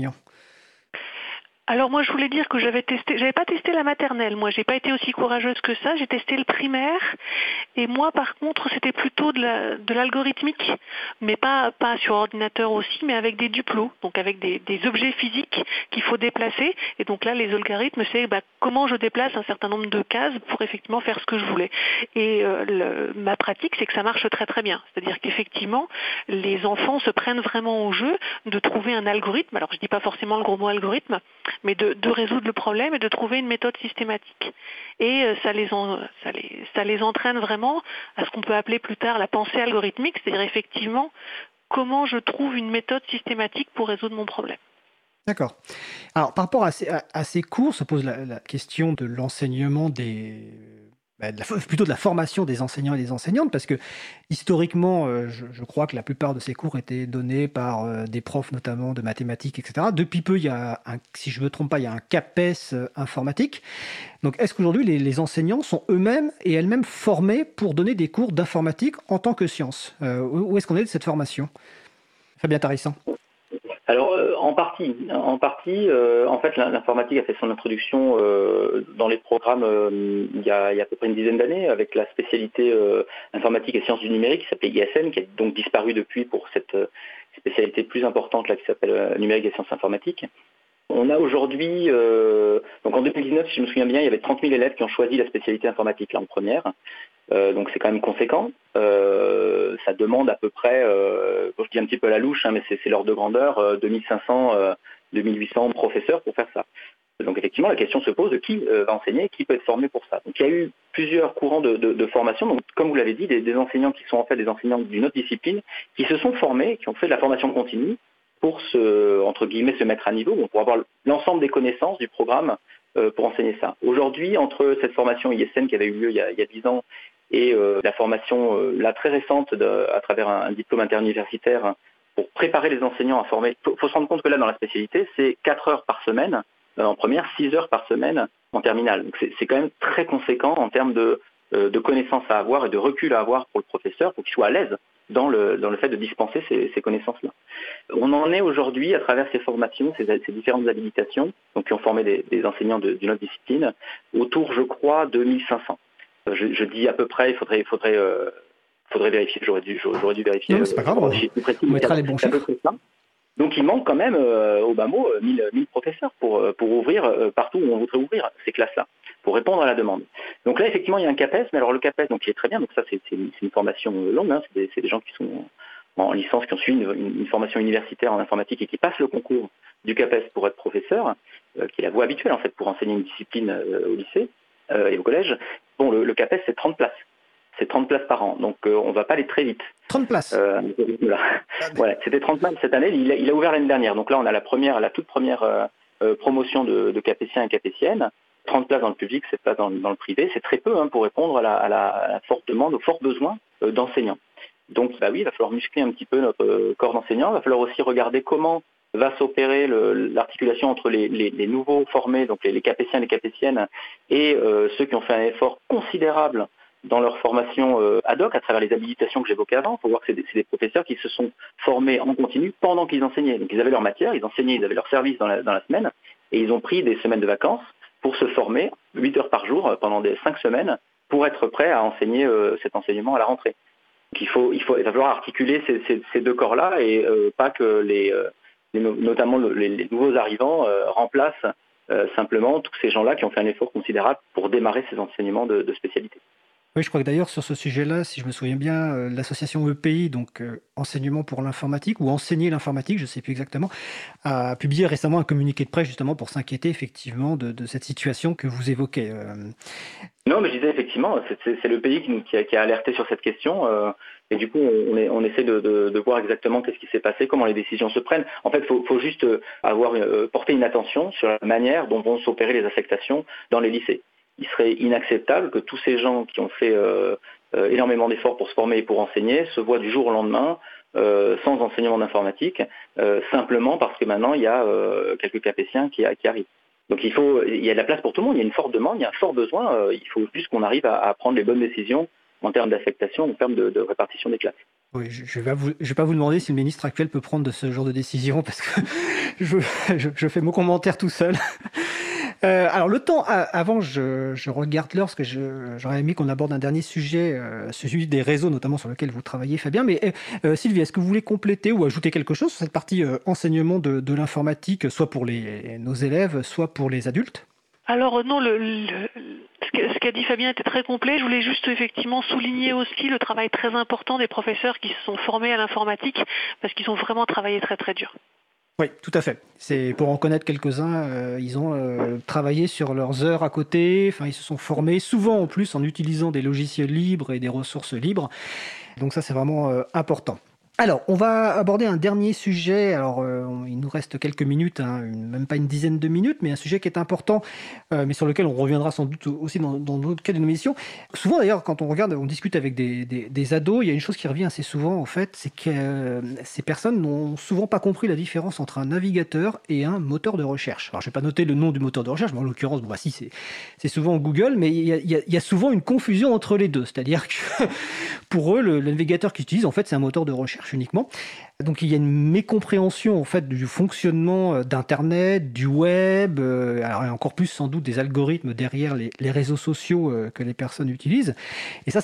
Alors moi je voulais dire que j'avais testé, j'avais pas testé la maternelle, moi j'ai pas été aussi courageuse que ça, j'ai testé le primaire et moi par contre c'était plutôt de, la, de l'algorithmique, mais pas, pas sur ordinateur aussi, mais avec des duplos, donc avec des, des objets physiques qu'il faut déplacer et donc là les algorithmes c'est bah, comment je déplace un certain nombre de cases pour effectivement faire ce que je voulais. Et euh, le, ma pratique c'est que ça marche très très bien, c'est-à-dire qu'effectivement les enfants se prennent vraiment au jeu de trouver un algorithme, alors je dis pas forcément le gros mot algorithme, mais de, de résoudre le problème et de trouver une méthode systématique. Et euh, ça, les en, ça, les, ça les entraîne vraiment à ce qu'on peut appeler plus tard la pensée algorithmique, c'est-à-dire effectivement comment je trouve une méthode systématique pour résoudre mon problème. D'accord. Alors par rapport à ces, à, à ces cours, se pose la, la question de l'enseignement des... Bah, de la, plutôt de la formation des enseignants et des enseignantes, parce que historiquement, euh, je, je crois que la plupart de ces cours étaient donnés par euh, des profs, notamment de mathématiques, et cetera. Depuis peu, il y a, un, si je ne me trompe pas, il y a un CAPES euh, informatique. Donc, est-ce qu'aujourd'hui, les, les enseignants sont eux-mêmes et elles-mêmes formés pour donner des cours d'informatique en tant que science ? euh, Où est-ce qu'on est de cette formation ? Fabien Tarissan. Alors, euh, en partie. En partie, euh, en fait, l'informatique a fait son introduction euh, dans les programmes euh, il, y a, il y a à peu près une dizaine d'années, avec la spécialité euh, informatique et sciences du numérique qui s'appelait I S M, qui a donc disparu depuis pour cette euh, spécialité plus importante là, qui s'appelle euh, numérique et sciences informatiques. On a aujourd'hui, euh, donc en deux mille dix-neuf, si je me souviens bien, il y avait trente mille élèves qui ont choisi la spécialité informatique là en première. Euh, donc c'est quand même conséquent. Euh, ça demande à peu près, euh, je dis un petit peu à la louche, hein, mais c'est, c'est l'ordre de grandeur, euh, deux mille cinq cents, euh, deux mille huit cents professeurs pour faire ça. Donc effectivement, la question se pose de qui euh, va enseigner, qui peut être formé pour ça. Donc il y a eu plusieurs courants de, de, de formation. Donc comme vous l'avez dit, des, des enseignants qui sont en fait des enseignants d'une autre discipline, qui se sont formés, qui ont fait de la formation continue pour se, entre guillemets, se mettre à niveau, pour avoir l'ensemble des connaissances du programme euh, pour enseigner ça. Aujourd'hui, entre cette formation I S N qui avait eu lieu il y a, il y a dix ans et euh, la formation euh, là très récente de, à travers un, un diplôme interuniversitaire pour préparer les enseignants à former, il faut, faut se rendre compte que là, dans la spécialité, c'est quatre heures par semaine euh, en première, six heures par semaine en terminale. Donc c'est, c'est quand même très conséquent en termes de, euh, de connaissances à avoir et de recul à avoir pour le professeur, pour qu'il soit à l'aise dans le, dans le fait de dispenser ces, ces connaissances-là. On en est aujourd'hui, à travers ces formations, ces, ces différentes habilitations, donc qui ont formé des, des enseignants de, d'une autre discipline, autour, je crois, de mille cinq cents. Je, je dis à peu près, il faudrait, faudrait, euh, faudrait vérifier, j'aurais dû, j'aurais dû vérifier. Non, c'est pas grave, on, plus précis, on mettra les bons chiffres. Donc il manque quand même, euh, au bas mot, mille, mille professeurs pour, pour ouvrir euh, partout où on voudrait ouvrir ces classes-là, pour répondre à la demande. Donc là, effectivement, il y a un CAPES, mais alors le CAPES, donc, il est très bien, donc ça, c'est, c'est, une, c'est une formation longue, hein, c'est, des, c'est des gens qui sont en licence, qui ont suivi une, une, une formation universitaire en informatique et qui passent le concours du CAPES pour être professeur, euh, qui est la voie habituelle, en fait, pour enseigner une discipline euh, au lycée euh, et au collège. Bon, le, le CAPES, c'est trente places. C'est trente places par an, donc euh, on ne va pas aller très vite. trente places euh, là. Voilà, c'était trente places cette année, il a, il a ouvert l'année dernière. Donc là, on a la première, la toute première euh, euh, promotion de, de capétiens et capétiennes. trente places dans le public, sept places dans, dans le privé. C'est très peu hein, pour répondre à la, à, la, à la forte demande, au fort besoin euh, d'enseignants. Donc bah oui, il va falloir muscler un petit peu notre euh, corps d'enseignants. Il va falloir aussi regarder comment va s'opérer le, l'articulation entre les, les, les nouveaux formés, donc les, les capétiens et les capétiennes, et euh, ceux qui ont fait un effort considérable dans leur formation euh, ad hoc, à travers les habilitations que j'évoquais avant. Il faut voir que c'est des, c'est des professeurs qui se sont formés en continu pendant qu'ils enseignaient. Donc ils avaient leur matière, ils enseignaient, ils avaient leur service dans la, dans la semaine, et ils ont pris des semaines de vacances pour se former huit heures par jour pendant des cinq semaines pour être prêts à enseigner euh, cet enseignement à la rentrée. Donc il, faut, il, faut, il va falloir articuler ces, ces, ces deux corps-là et euh, pas que les, euh, les notamment le, les, les nouveaux arrivants euh, remplacent euh, simplement tous ces gens-là qui ont fait un effort considérable pour démarrer ces enseignements de, de spécialité. Oui, je crois que d'ailleurs sur ce sujet-là, si je me souviens bien, euh, l'association E P I, donc euh, Enseignement pour l'informatique, ou Enseigner l'informatique, je ne sais plus exactement, a publié récemment un communiqué de presse justement pour s'inquiéter effectivement de, de cette situation que vous évoquez. Euh... Non, mais je disais effectivement, c'est, c'est, c'est l'E P I qui, qui, a, qui a alerté sur cette question, euh, et du coup on, est, on essaie de, de, de voir exactement qu'est-ce qui s'est passé, comment les décisions se prennent. En fait, il faut, faut juste avoir euh, porter une attention sur la manière dont vont s'opérer les affectations dans les lycées. Il serait inacceptable que tous ces gens qui ont fait euh, euh, énormément d'efforts pour se former et pour enseigner se voient du jour au lendemain euh, sans enseignement d'informatique, euh, simplement parce que maintenant il y a euh, quelques capétiens qui, qui arrivent. Donc il faut, il y a de la place pour tout le monde, il y a une forte demande, il y a un fort besoin, euh, il faut juste qu'on arrive à, à prendre les bonnes décisions en termes d'affectation, en termes de, de répartition des classes. Oui, je ne vais, vais pas vous demander si le ministre actuel peut prendre de ce genre de décision, parce que je, je, je fais mon commentaire tout seul. Euh, alors le temps, avant, je, je regarde l'heure, parce que je, j'aurais aimé qu'on aborde un dernier sujet, euh, celui des réseaux, notamment sur lequel vous travaillez, Fabien. Mais euh, Sylvie, est-ce que vous voulez compléter ou ajouter quelque chose sur cette partie euh, enseignement de, de l'informatique, soit pour les, nos élèves, soit pour les adultes ? Alors non, le, le, ce qu'a dit Fabien était très complet. Je voulais juste effectivement souligner aussi le travail très important des professeurs qui se sont formés à l'informatique, parce qu'ils ont vraiment travaillé très très dur. Oui, tout à fait. C'est pour en connaître quelques-uns, euh, ils ont euh, travaillé sur leurs heures à côté, enfin ils se sont formés, souvent en plus en utilisant des logiciels libres et des ressources libres. Donc ça c'est vraiment euh, important. Alors, on va aborder un dernier sujet. Alors, euh, il nous reste quelques minutes, hein, une, même pas une dizaine de minutes, mais un sujet qui est important, euh, mais sur lequel on reviendra sans doute aussi dans, dans d'autres cas de nos émissions. Souvent, d'ailleurs, quand on regarde, on discute avec des, des, des ados, il y a une chose qui revient assez souvent, en fait, c'est que euh, ces personnes n'ont souvent pas compris la différence entre un navigateur et un moteur de recherche. Alors, je vais pas noter le nom du moteur de recherche, mais en l'occurrence, bon, bah si, c'est, c'est souvent Google, mais il y, a, il, y a, il y a souvent une confusion entre les deux. C'est-à-dire que pour eux, le, le navigateur qu'ils utilisent, en fait, c'est un moteur de recherche uniquement. Donc il y a une mécompréhension en fait du fonctionnement d'Internet, du web, euh, alors et encore plus sans doute des algorithmes derrière les, les réseaux sociaux euh, que les personnes utilisent. Et ça c'est un,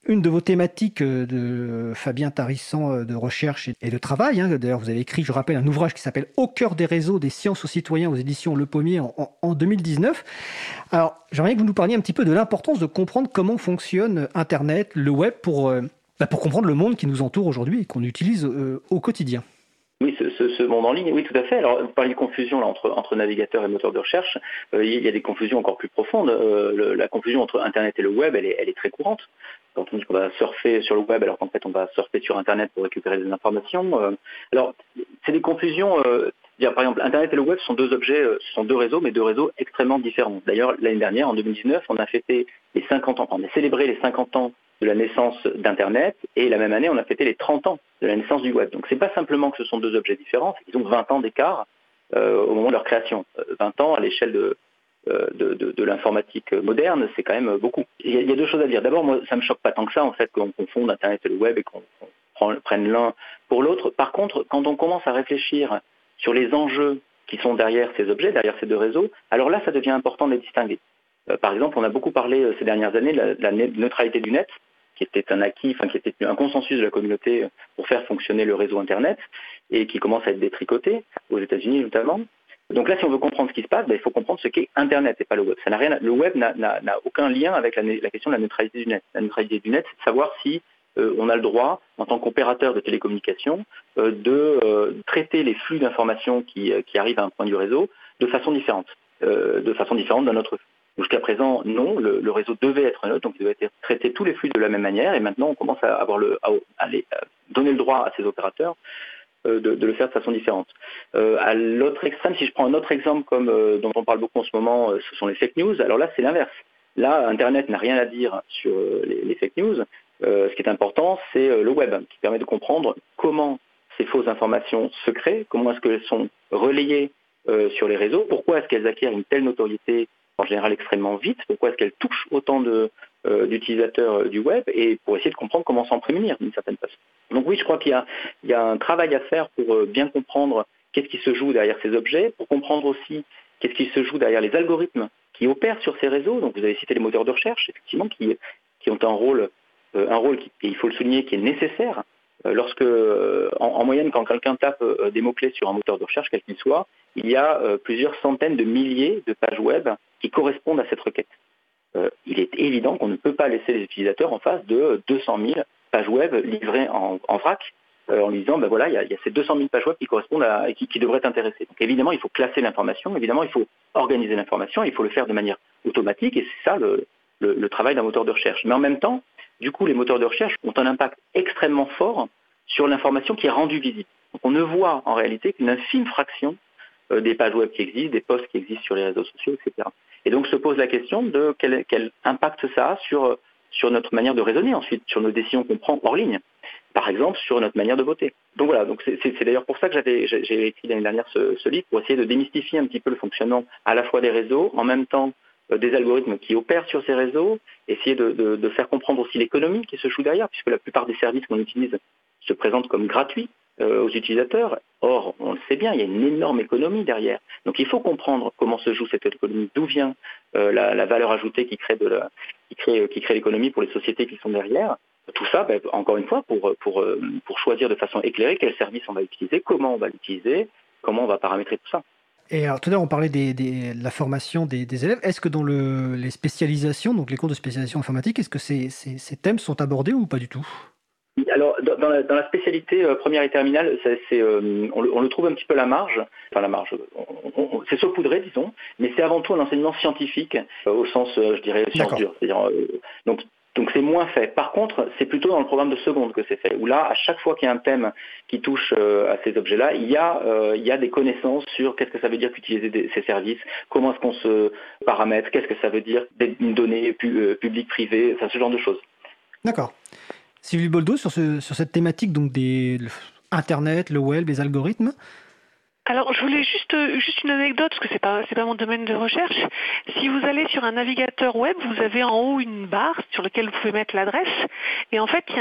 une de vos thématiques euh, de Fabien Tarissan euh, de recherche et de travail. Hein. D'ailleurs, vous avez écrit, je rappelle, un ouvrage qui s'appelle Au cœur des réseaux des sciences aux citoyens aux éditions Le Pommier en, en, en deux mille dix-neuf. Alors, j'aimerais que vous nous parliez un petit peu de l'importance de comprendre comment fonctionne Internet, le web, pour, euh, bah, pour comprendre le monde qui nous entoure aujourd'hui et qu'on utilise euh, au quotidien. Oui, ce, ce, ce monde en ligne, oui, tout à fait. Alors, vous parlez de confusion là, entre, entre navigateur et moteur de recherche. Euh, il y a des confusions encore plus profondes. Euh, le, la confusion entre Internet et le web, elle est, elle est très courante. Quand on dit qu'on va surfer sur le web, alors qu'en fait, on va surfer sur Internet pour récupérer des informations. Euh, alors, c'est des confusions. Euh, dire, par exemple, Internet et le web sont deux objets, euh, ce sont deux réseaux, mais deux réseaux extrêmement différents. D'ailleurs, l'année dernière, en deux mille dix-neuf, on a fêté les cinquante ans, on a célébré les cinquante ans de la naissance d'Internet, et la même année, on a fêté les trente ans de la naissance du web. Donc, c'est pas simplement que ce sont deux objets différents, c'est qu'ils ont vingt ans d'écart euh, au moment de leur création. Euh, vingt ans à l'échelle de, euh, de, de, de l'informatique moderne, c'est quand même beaucoup. Il y, a, il y a deux choses à dire. D'abord, moi, ça me choque pas tant que ça, en fait, qu'on confonde Internet et le web et qu'on qu'on prenne l'un pour l'autre. Par contre, quand on commence à réfléchir sur les enjeux qui sont derrière ces objets, derrière ces deux réseaux, alors là, ça devient important de les distinguer. Euh, par exemple, on a beaucoup parlé euh, ces dernières années de la, de la neutralité du net, qui était un acquis, enfin qui était un consensus de la communauté pour faire fonctionner le réseau Internet et qui commence à être détricoté, aux États-Unis notamment. Donc là, si on veut comprendre ce qui se passe, ben, il faut comprendre ce qu'est Internet et pas le web. Ça n'a rien, le web n'a, n'a, n'a aucun lien avec la, la question de la neutralité du net. La neutralité du net, c'est de savoir si euh, on a le droit, en tant qu'opérateur de télécommunications, euh, de euh, traiter les flux d'informations qui, qui arrivent à un point du réseau de façon différente, euh, de façon différente d'un autre flux. Jusqu'à présent, non, le, le réseau devait être neutre, donc il devait être traité tous les flux de la même manière, et maintenant on commence à, avoir le, à, à, les, à donner le droit à ces opérateurs euh, de, de le faire de façon différente. Euh, à l'autre extrême, si je prends un autre exemple comme euh, dont on parle beaucoup en ce moment, euh, ce sont les fake news, alors là c'est l'inverse. Là, Internet n'a rien à dire sur euh, les, les fake news. Euh, ce qui est important, c'est euh, le web, qui permet de comprendre comment ces fausses informations se créent, comment est-ce qu'elles sont relayées euh, sur les réseaux, pourquoi est-ce qu'elles acquièrent une telle notoriété en général extrêmement vite, pourquoi est-ce qu'elle touche autant de, euh, d'utilisateurs euh, du web, et pour essayer de comprendre comment s'en prémunir d'une certaine façon. Donc oui, je crois qu'il y a, il y a un travail à faire pour euh, bien comprendre qu'est-ce qui se joue derrière ces objets, pour comprendre aussi qu'est-ce qui se joue derrière les algorithmes qui opèrent sur ces réseaux. Donc vous avez cité les moteurs de recherche, effectivement, qui, qui ont un rôle, euh, un rôle qui, et il faut le souligner, qui est nécessaire. Euh, lorsque, euh, en, en moyenne, quand quelqu'un tape euh, des mots-clés sur un moteur de recherche, quel qu'il soit, il y a euh, plusieurs centaines de milliers de pages web qui correspondent à cette requête. Euh, il est évident qu'on ne peut pas laisser les utilisateurs en face de deux cent mille pages web livrées en, en vrac, euh, en lui disant, ben voilà, il y, a, il y a ces deux cent mille pages web qui correspondent à, et qui, qui devraient t'intéresser. Donc évidemment, il faut classer l'information, évidemment, il faut organiser l'information, il faut le faire de manière automatique, et c'est ça le, le, le travail d'un moteur de recherche. Mais en même temps, du coup, les moteurs de recherche ont un impact extrêmement fort sur l'information qui est rendue visible. Donc on ne voit en réalité qu'une infime fraction euh, des pages web qui existent, des posts qui existent sur les réseaux sociaux, et cetera. Et donc se pose la question de quel, quel impact ça a sur, sur notre manière de raisonner ensuite, sur nos décisions qu'on prend hors ligne, par exemple sur notre manière de voter. Donc voilà, donc c'est, c'est, c'est d'ailleurs pour ça que j'avais, j'ai écrit l'année dernière ce, ce livre, pour essayer de démystifier un petit peu le fonctionnement à la fois des réseaux, en même temps euh, des algorithmes qui opèrent sur ces réseaux, essayer de, de, de faire comprendre aussi l'économie qui se joue derrière, puisque la plupart des services qu'on utilise se présentent comme gratuits euh, aux utilisateurs. Or, on le sait bien, il y a une énorme économie derrière. Donc il faut comprendre comment se joue cette économie, d'où vient euh, la, la valeur ajoutée qui crée, de la, qui crée, qui crée l'économie pour les sociétés qui sont derrière. Tout ça, ben, encore une fois, pour, pour, pour choisir de façon éclairée quel service on va utiliser, comment on va l'utiliser, comment on va paramétrer tout ça. Et alors tout à l'heure, on parlait des, des, de la formation des, des élèves. Est-ce que dans le, les spécialisations, donc les cours de spécialisation informatique, est-ce que ces, ces, ces thèmes sont abordés ou pas du tout ? Alors, dans la, dans la spécialité euh, première et terminale, c'est, c'est, euh, on, le, on le trouve un petit peu à la marge, enfin la marge, on, on, c'est saupoudré, disons, mais c'est avant tout un enseignement scientifique, euh, au sens, euh, je dirais, science dure. C'est-à-dire, euh, donc, donc c'est moins fait. Par contre, c'est plutôt dans le programme de seconde que c'est fait, où là, à chaque fois qu'il y a un thème qui touche euh, à ces objets-là, il y a, euh, il y a des connaissances sur qu'est-ce que ça veut dire qu'utiliser des, ces services, comment est-ce qu'on se paramètre, qu'est-ce que ça veut dire une donnée pu, euh, publique-privée, enfin, ce genre de choses. D'accord. Sylvie Boldo, sur, ce, sur cette thématique donc des le, Internet, le web, les algorithmes. Alors, je voulais juste, juste une anecdote, parce que c'est pas, c'est pas mon domaine de recherche. Si vous allez sur un navigateur web, vous avez en haut une barre sur laquelle vous pouvez mettre l'adresse. Et en fait, il y a un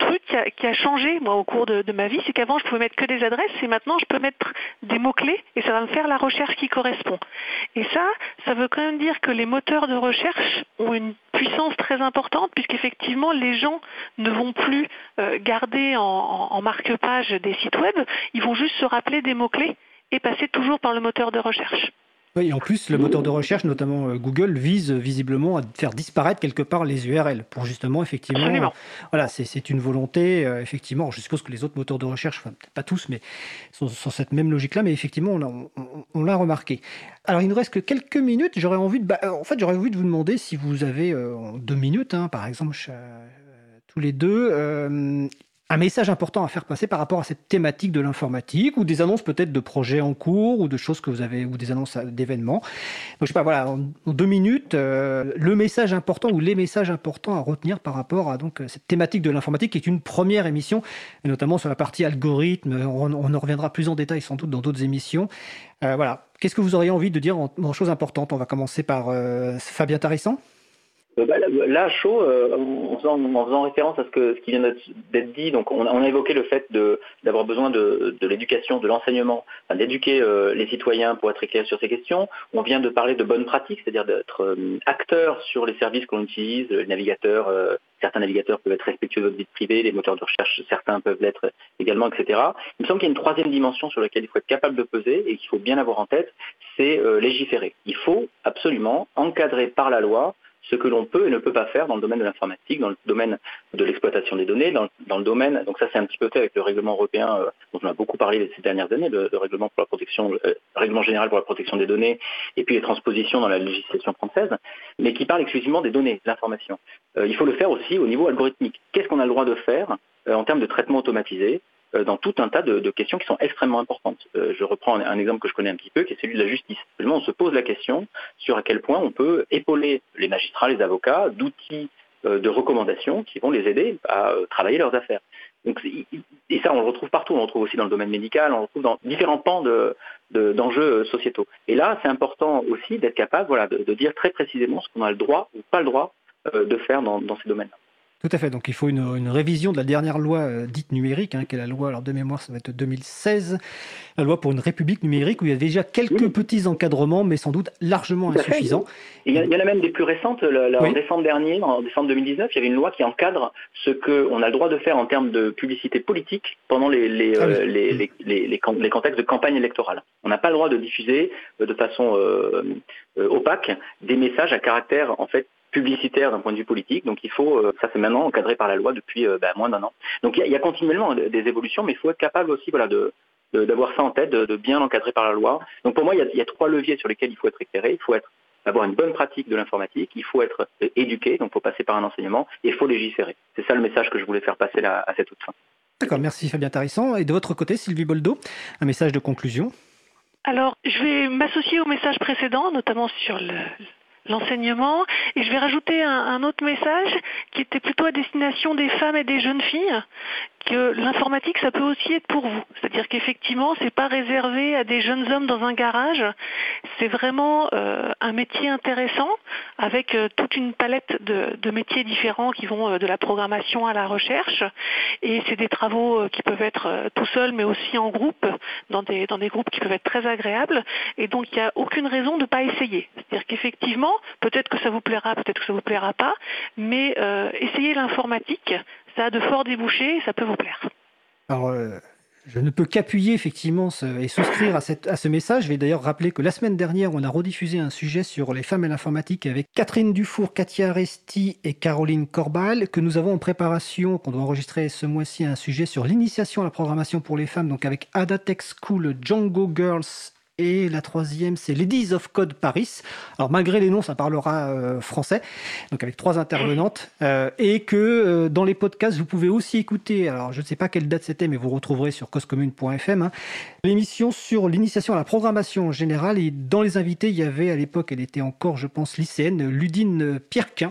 truc qui a, qui a changé, moi, au cours de, de ma vie, c'est qu'avant, je pouvais mettre que des adresses, et maintenant, je peux mettre des mots-clés, et ça va me faire la recherche qui correspond. Et ça, ça veut quand même dire que les moteurs de recherche ont une puissance très importante, puisqu'effectivement, les gens ne vont plus euh, garder en, en, en marque-page des sites web, ils vont juste se rappeler des mots-clés et passer toujours par le moteur de recherche. Oui, et en plus, le moteur de recherche, notamment euh, Google, vise euh, visiblement à faire disparaître quelque part les U R L pour justement, effectivement, Absolument. euh, voilà, c'est, c'est une volonté, euh, effectivement, je suppose que les autres moteurs de recherche, enfin, peut-être pas tous, mais sont, sont cette même logique-là, mais effectivement, on, a- on- on- on l'a remarqué. Alors, il nous reste que quelques minutes, j'aurais envie de, bah, euh, en fait, j'aurais envie de vous demander si vous avez, euh, en deux minutes, hein, par exemple, cha- euh, tous les deux, euh, un message important à faire passer par rapport à cette thématique de l'informatique, ou des annonces peut-être de projets en cours, ou de choses que vous avez, ou des annonces euh, d'événements. Donc, je sais pas, voilà, en, en deux minutes, euh, le message important ou les messages importants à retenir par rapport à donc, euh, cette thématique de l'informatique, qui est une première émission, et notamment sur la partie algorithme. On, on en reviendra plus en détail sans doute dans d'autres émissions. Euh, voilà. Qu'est-ce que vous auriez envie de dire en, en choses importantes? On va commencer par euh, Fabien Tarissan. Euh, bah, là, là, à chaud, euh, en, faisant, en faisant référence à ce, que, ce qui vient d'être, d'être dit, donc on, on a évoqué le fait de, d'avoir besoin de, de l'éducation, de l'enseignement, enfin, d'éduquer euh, les citoyens pour être éclairés sur ces questions. On vient de parler de bonnes pratiques, c'est-à-dire d'être euh, acteur sur les services qu'on utilise, les navigateurs, euh, certains navigateurs peuvent être respectueux de votre vie privée, les moteurs de recherche, certains peuvent l'être également, et cetera. Il me semble qu'il y a une troisième dimension sur laquelle il faut être capable de peser et qu'il faut bien avoir en tête, c'est euh, légiférer. Il faut absolument encadrer par la loi ce que l'on peut et ne peut pas faire dans le domaine de l'informatique, dans le domaine de l'exploitation des données, dans, dans le domaine, donc ça c'est un petit peu fait avec le règlement européen euh, dont on a beaucoup parlé ces dernières années, le, le règlement pour la protection, euh, règlement général pour la protection des données, et puis les transpositions dans la législation française, mais qui parle exclusivement des données, des informations. Euh, il faut le faire aussi au niveau algorithmique. Qu'est-ce qu'on a le droit de faire euh, en termes de traitement automatisé dans tout un tas de, de questions qui sont extrêmement importantes. Euh, je reprends un, un exemple que je connais un petit peu, qui est celui de la justice. On se pose la question sur à quel point on peut épauler les magistrats, les avocats, d'outils euh, de recommandations qui vont les aider à euh, travailler leurs affaires. Donc, et ça, on le retrouve partout. On le retrouve aussi dans le domaine médical, on le retrouve dans différents pans de, de, d'enjeux sociétaux. Et là, c'est important aussi d'être capable voilà, de, de dire très précisément ce qu'on a le droit ou pas le droit euh, de faire dans, dans ces domaines-là. Tout à fait. Donc, il faut une, une révision de la dernière loi euh, dite numérique, hein, qui est la loi, alors de mémoire, ça va être deux mille seize, la loi pour une république numérique, où il y a déjà quelques oui. petits encadrements, mais sans doute largement insuffisants. Il y, a, il y en a même des plus récentes. La, la, oui. En décembre dernier, en décembre deux mille dix-neuf, il y avait une loi qui encadre ce qu'on a le droit de faire en termes de publicité politique pendant les, les, ah oui. euh, les, les, les, les, les contextes de campagne électorale. On n'a pas le droit de diffuser euh, de façon euh, euh, opaque des messages à caractère, en fait, publicitaire d'un point de vue politique, donc il faut, euh, ça c'est maintenant encadré par la loi depuis euh, bah, moins d'un an. Donc il y, y a continuellement des évolutions, mais il faut être capable aussi voilà, de, de, d'avoir ça en tête, de, de bien l'encadrer par la loi. Donc pour moi, il y, a, il y a trois leviers sur lesquels il faut être éclairé. Il faut être, avoir une bonne pratique de l'informatique, il faut être euh, éduqué, donc il faut passer par un enseignement, et il faut légiférer. C'est ça le message que je voulais faire passer là, à cette toute fin. D'accord, merci Fabien Tarissan. Et de votre côté, Sylvie Boldo, un message de conclusion? Alors, je vais m'associer au message précédent, notamment sur le... l'enseignement, et je vais rajouter un, un autre message qui était plutôt à destination des femmes et des jeunes filles, que l'informatique ça peut aussi être pour vous, c'est-à-dire qu'effectivement c'est pas réservé à des jeunes hommes dans un garage, c'est vraiment euh, un métier intéressant avec euh, toute une palette de, de métiers différents qui vont euh, de la programmation à la recherche, et c'est des travaux euh, qui peuvent être euh, tout seuls mais aussi en groupe, dans des, dans des groupes qui peuvent être très agréables, et donc il n'y a aucune raison de ne pas essayer, c'est-à-dire qu'effectivement peut-être que ça vous plaira, peut-être que ça vous plaira pas, mais euh, essayez l'informatique, ça a de forts débouchés et ça peut vous plaire. Alors, euh, je ne peux qu'appuyer effectivement ce, et souscrire à, cette, à ce message. Je vais d'ailleurs rappeler que la semaine dernière, on a rediffusé un sujet sur les femmes et l'informatique avec Catherine Dufour, Katia Resti et Caroline Corbal, que nous avons en préparation, qu'on doit enregistrer ce mois-ci, un sujet sur l'initiation à la programmation pour les femmes, donc avec Ada Tech School, Django Girls, et la troisième, c'est Ladies of Code Paris. Alors, malgré les noms, ça parlera euh, français, donc avec trois intervenantes. Euh, et que euh, dans les podcasts, vous pouvez aussi écouter, alors je ne sais pas quelle date c'était, mais vous retrouverez sur cause commune point f m, hein, l'émission sur l'initiation à la programmation en général. Et dans les invités, il y avait à l'époque, elle était encore, je pense, lycéenne, Ludine Pierquin,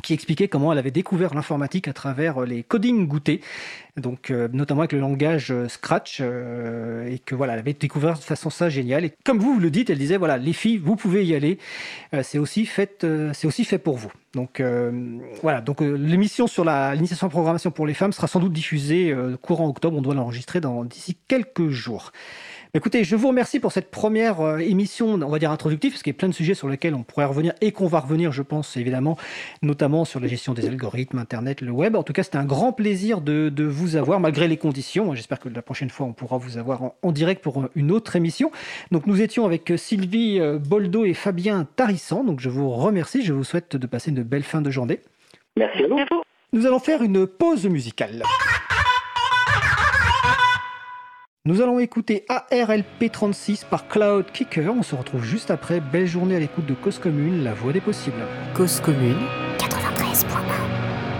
qui expliquait comment elle avait découvert l'informatique à travers les codings goûtés, donc euh, notamment avec le langage euh, Scratch, euh, et que voilà, elle avait découvert de façon ça géniale. Et comme vous, vous le dites, elle disait voilà, les filles, vous pouvez y aller, euh, c'est aussi fait, euh, c'est aussi fait pour vous. Donc euh, voilà, donc euh, l'émission sur la, l'initiation à la programmation pour les femmes sera sans doute diffusée euh, courant octobre. On doit l'enregistrer dans, d'ici quelques jours. Écoutez, je vous remercie pour cette première euh, émission, on va dire introductive, parce qu'il y a plein de sujets sur lesquels on pourrait revenir et qu'on va revenir, je pense, évidemment, notamment sur la gestion des algorithmes, Internet, le web. En tout cas, c'était un grand plaisir de, de vous avoir, malgré les conditions. J'espère que la prochaine fois, on pourra vous avoir en, en direct pour une autre émission. Donc, nous étions avec Sylvie Boldo et Fabien Tarissan. Donc, je vous remercie. Je vous souhaite de passer une belle fin de journée. Merci à vous. Nous allons faire une pause musicale. Nous allons écouter A R L P trente-six par Cloud Kicker. On se retrouve juste après. Belle journée à l'écoute de Cause Commune, la voix des possibles. Cause Commune quatre-vingt-treize point un.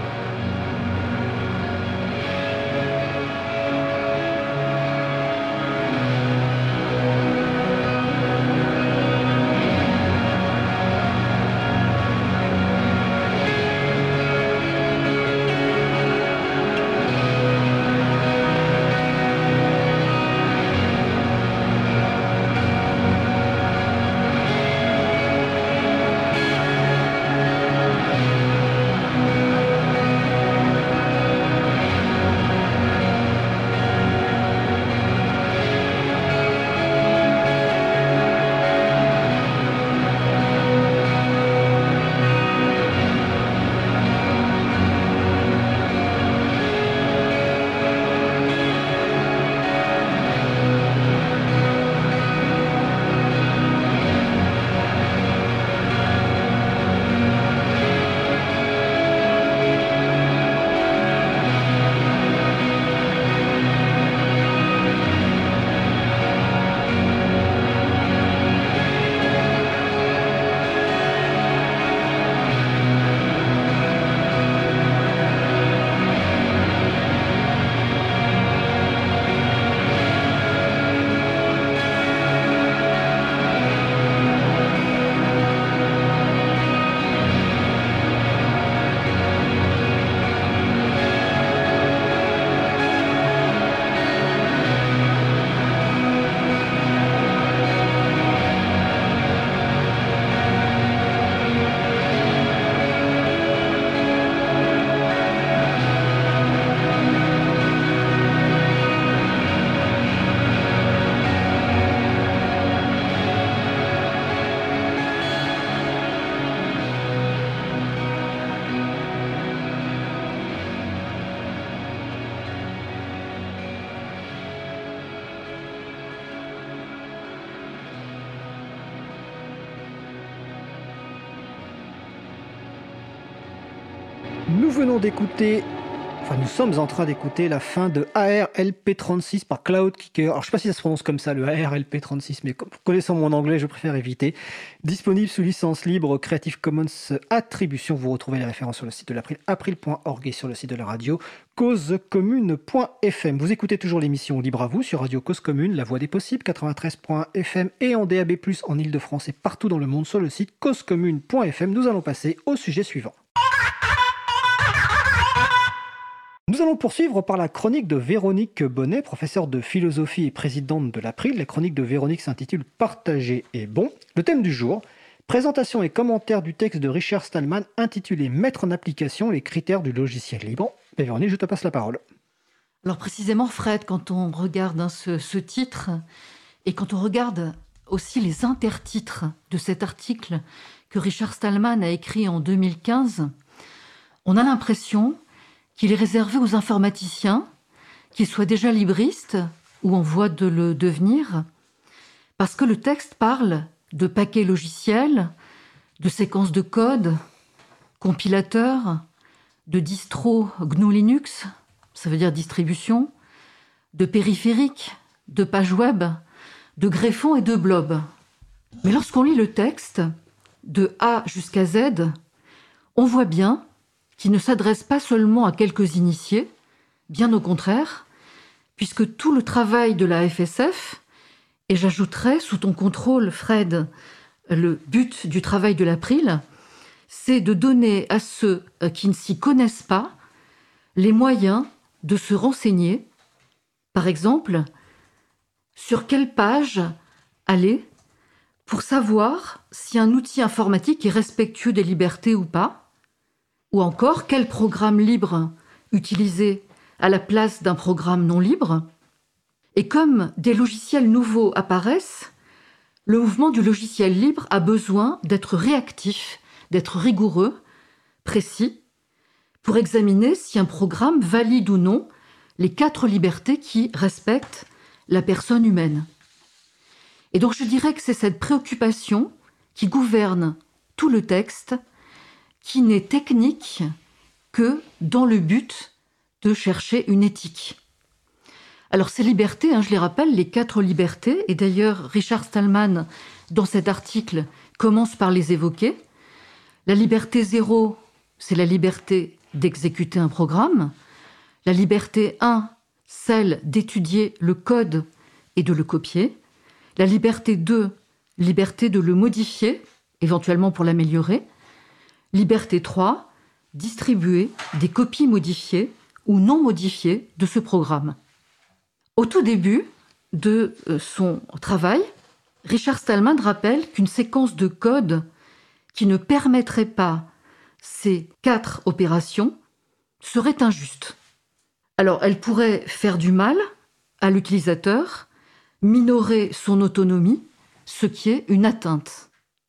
Nous venons d'écouter, enfin nous sommes en train d'écouter la fin de A R L P trente-six par Cloud Kicker. Alors je ne sais pas si ça se prononce comme ça, le A R L P trente-six, mais connaissant mon anglais, je préfère éviter. Disponible sous licence libre Creative Commons Attribution. Vous retrouvez les références sur le site de l'April, april point org, et sur le site de la radio cause commune point f m. Vous écoutez toujours l'émission Libre à vous sur Radio Cause Commune, la voix des possibles, quatre-vingt-treize point f m et en D A B plus, en Ile-de-France et partout dans le monde sur le site cause commune point f m. Nous allons passer au sujet suivant. Nous allons poursuivre par la chronique de Véronique Bonnet, professeure de philosophie et présidente de l'April. La chronique de Véronique s'intitule « Partager est bon ». Le thème du jour, présentation et commentaire du texte de Richard Stallman intitulé « Mettre en application les critères du logiciel libre ». Et Véronique, je te passe la parole. Alors précisément, Fred, quand on regarde hein, ce, ce titre et quand on regarde aussi les intertitres de cet article que Richard Stallman a écrit en deux mille quinze, on a l'impression qu'il est réservé aux informaticiens, qu'ils soient déjà libristes ou en voie de le devenir, parce que le texte parle de paquets logiciels, de séquences de code, compilateurs, de distro G N U Linux, ça veut dire distribution, de périphériques, de pages web, de greffons et de blobs. Mais lorsqu'on lit le texte, de A jusqu'à Z, on voit bien qui ne s'adresse pas seulement à quelques initiés, bien au contraire, puisque tout le travail de la F S F, et j'ajouterais sous ton contrôle, Fred, le but du travail de l'April, c'est de donner à ceux qui ne s'y connaissent pas les moyens de se renseigner. Par exemple, sur quelle page aller pour savoir si un outil informatique est respectueux des libertés ou pas, ou encore quel programme libre utiliser à la place d'un programme non libre. Et comme des logiciels nouveaux apparaissent, le mouvement du logiciel libre a besoin d'être réactif, d'être rigoureux, précis, pour examiner si un programme valide ou non les quatre libertés qui respectent la personne humaine. Et donc je dirais que c'est cette préoccupation qui gouverne tout le texte, qui n'est technique que dans le but de chercher une éthique. Alors ces libertés, hein, je les rappelle, les quatre libertés, et d'ailleurs Richard Stallman, dans cet article, commence par les évoquer. La liberté zéro, c'est la liberté d'exécuter un programme. La liberté un, celle d'étudier le code et de le copier. La liberté deux, liberté de le modifier, éventuellement pour l'améliorer. Liberté trois, distribuer des copies modifiées ou non modifiées de ce programme. Au tout début de son travail, Richard Stallman rappelle qu'une séquence de code qui ne permettrait pas ces quatre opérations serait injuste. Alors, elle pourrait faire du mal à l'utilisateur, minorer son autonomie, ce qui est une atteinte.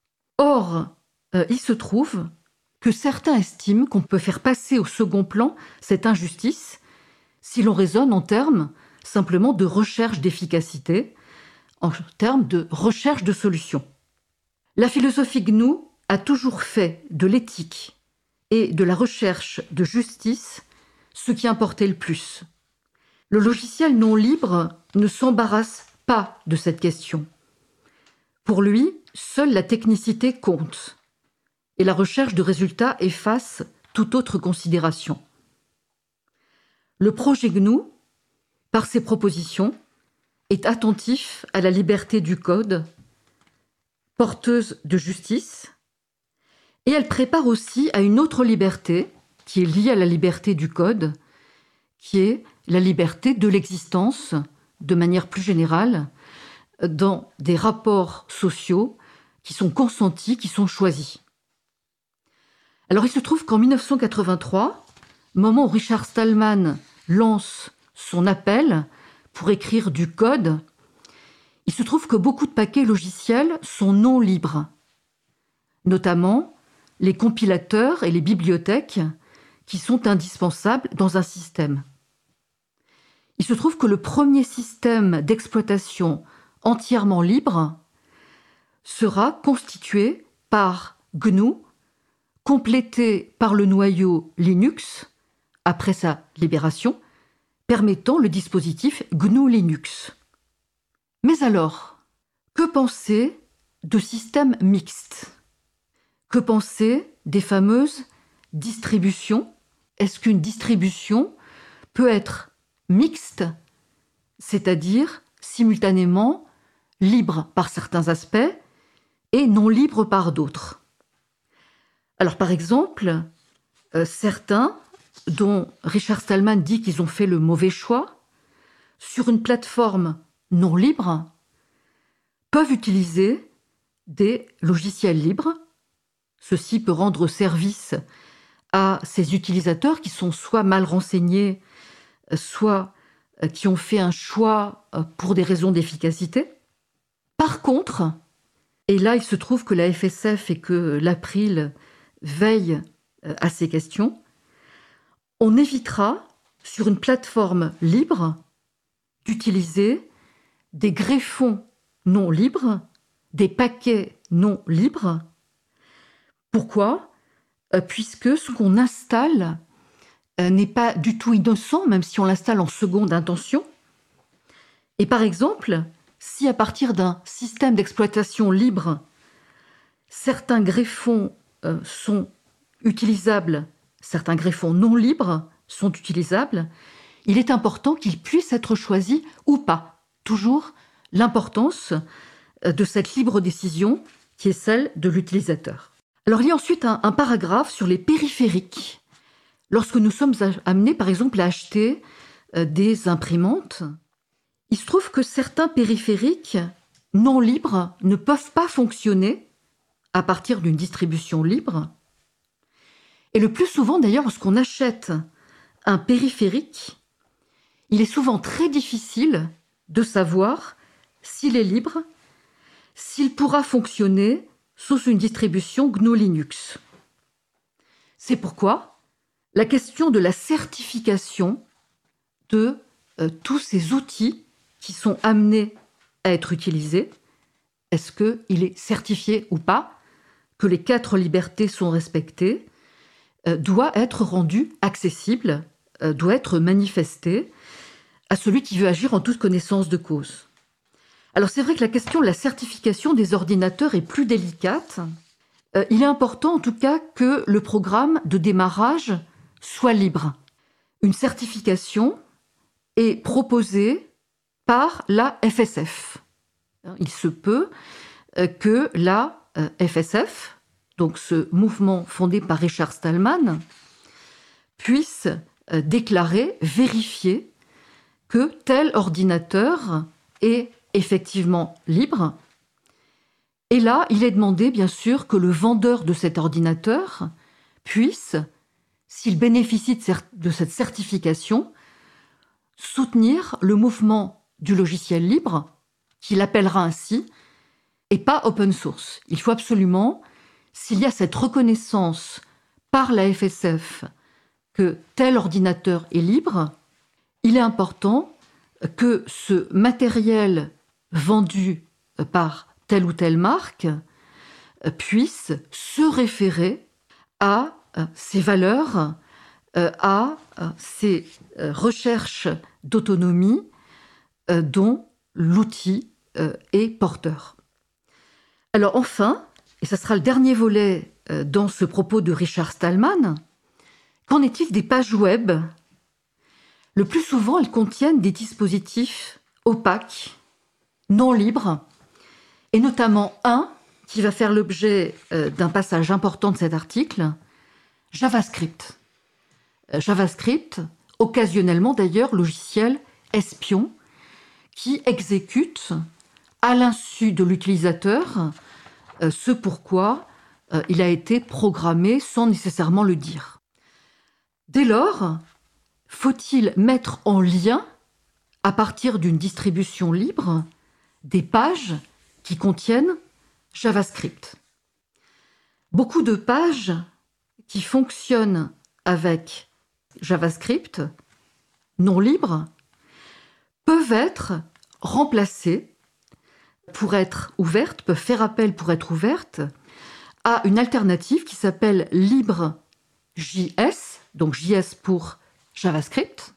Or, euh, il se trouve que certains estiment qu'on peut faire passer au second plan cette injustice si l'on raisonne en termes simplement de recherche d'efficacité, en termes de recherche de solutions. La philosophie G N U a toujours fait de l'éthique et de la recherche de justice ce qui importait le plus. Le logiciel non libre ne s'embarrasse pas de cette question. Pour lui, seule la technicité compte, et la recherche de résultats efface toute autre considération. Le projet G N U, par ses propositions, est attentif à la liberté du code, porteuse de justice, et elle prépare aussi à une autre liberté qui est liée à la liberté du code, qui est la liberté de l'existence, de manière plus générale, dans des rapports sociaux qui sont consentis, qui sont choisis. Alors il se trouve qu'en mille neuf cent quatre-vingt-trois, moment où Richard Stallman lance son appel pour écrire du code, il se trouve que beaucoup de paquets logiciels sont non libres, notamment les compilateurs et les bibliothèques qui sont indispensables dans un système. Il se trouve que le premier système d'exploitation entièrement libre sera constitué par G N U, complété par le noyau Linux, après sa libération, permettant le dispositif G N U Linux. Mais alors, que penser de systèmes mixtes? Que penser des fameuses distributions? Est-ce qu'une distribution peut être mixte, c'est-à-dire simultanément libre par certains aspects et non libre par d'autres? Alors par exemple, euh, certains, dont Richard Stallman dit qu'ils ont fait le mauvais choix, sur une plateforme non libre, peuvent utiliser des logiciels libres. Ceci peut rendre service à ces utilisateurs qui sont soit mal renseignés, soit qui ont fait un choix pour des raisons d'efficacité. Par contre, et là il se trouve que la F S F et que l'April veillent à ces questions, on évitera sur une plateforme libre d'utiliser des greffons non libres, des paquets non libres. Pourquoi ? Puisque ce qu'on installe n'est pas du tout innocent, même si on l'installe en seconde intention. Et par exemple, si à partir d'un système d'exploitation libre, certains greffons euh, sont utilisables, certains greffons non libres sont utilisables, il est important qu'ils puissent être choisis ou pas. Toujours l'importance de cette libre décision qui est celle de l'utilisateur. Alors il y a ensuite un, un paragraphe sur les périphériques. Lorsque nous sommes amenés par exemple à acheter euh, des imprimantes, il se trouve que certains périphériques non libres ne peuvent pas fonctionner à partir d'une distribution libre. Et le plus souvent d'ailleurs, lorsqu'on achète un périphérique, il est souvent très difficile de savoir s'il est libre, s'il pourra fonctionner sous une distribution G N U Linux. C'est pourquoi la question de la certification de euh, tous ces outils qui sont amenés à être utilisés, est-ce qu'il est certifié ou pas, que les quatre libertés sont respectées, euh, doit être rendu accessible, euh, doit être manifesté à celui qui veut agir en toute connaissance de cause. Alors c'est vrai que la question de la certification des ordinateurs est plus délicate. Euh, il est important en tout cas que le programme de démarrage soit libre. Une certification est proposée par la F S F. Il se peut euh, que la euh, F S F, donc ce mouvement fondé par Richard Stallman, puisse euh, déclarer, vérifier que tel ordinateur est effectivement libre. Et là, il est demandé, bien sûr, que le vendeur de cet ordinateur puisse, s'il bénéficie de cette certification, soutenir le mouvement du logiciel libre, qu'il appellera ainsi, et pas open source. Il faut absolument, s'il y a cette reconnaissance par la F S F que tel ordinateur est libre, il est important que ce matériel vendu par telle ou telle marque puisse se référer à ces valeurs, à ces recherches d'autonomie dont l'outil est porteur. Alors enfin, et ce sera le dernier volet dans ce propos de Richard Stallman, qu'en est-il des pages web ? Le plus souvent, elles contiennent des dispositifs opaques, non libres, et notamment un qui va faire l'objet euh, d'un passage important de cet article, JavaScript. Euh, JavaScript, occasionnellement d'ailleurs logiciel espion, qui exécute à l'insu de l'utilisateur euh, ce pourquoi euh, il a été programmé sans nécessairement le dire. Dès lors, faut-il mettre en lien, à partir d'une distribution libre, des pages qui contiennent JavaScript? Beaucoup de pages qui fonctionnent avec JavaScript non libre peuvent être remplacées pour être ouvertes, peuvent faire appel pour être ouvertes à une alternative qui s'appelle LibreJS, donc J S pour JavaScript.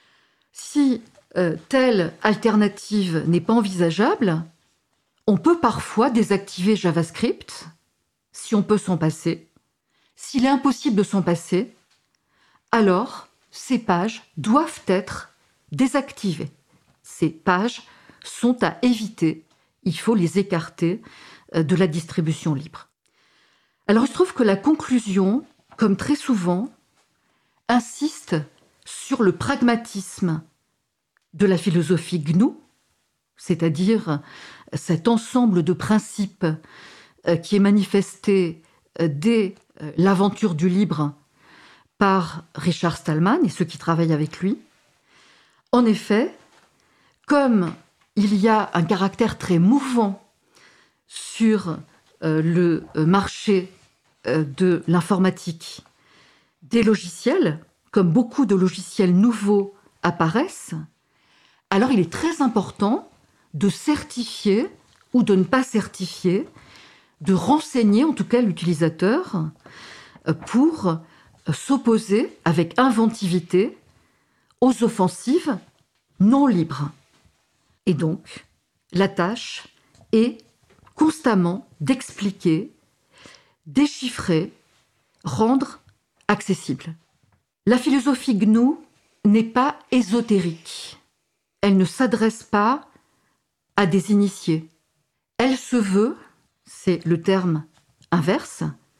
Si euh, telle alternative n'est pas envisageable, on peut parfois désactiver JavaScript si on peut s'en passer. S'il est impossible de s'en passer, alors ces pages doivent être désactivées. Ces pages sont à éviter. Il faut les écarter euh, de la distribution libre. Alors il se trouve que la conclusion, comme très souvent, insiste sur le pragmatisme de la philosophie G N U, c'est-à-dire cet ensemble de principes qui est manifesté dès l'aventure du libre par Richard Stallman et ceux qui travaillent avec lui. En effet, comme il y a un caractère très mouvant sur le marché de l'informatique, des logiciels, comme beaucoup de logiciels nouveaux apparaissent, alors il est très important de certifier ou de ne pas certifier, de renseigner en tout cas l'utilisateur pour s'opposer avec inventivité aux offensives non libres. Et donc, la tâche est constamment d'expliquer, déchiffrer, rendre accessible. La philosophie G N U n'est pas ésotérique. Elle ne s'adresse pas à des initiés. Elle se veut, c'est le terme inverse,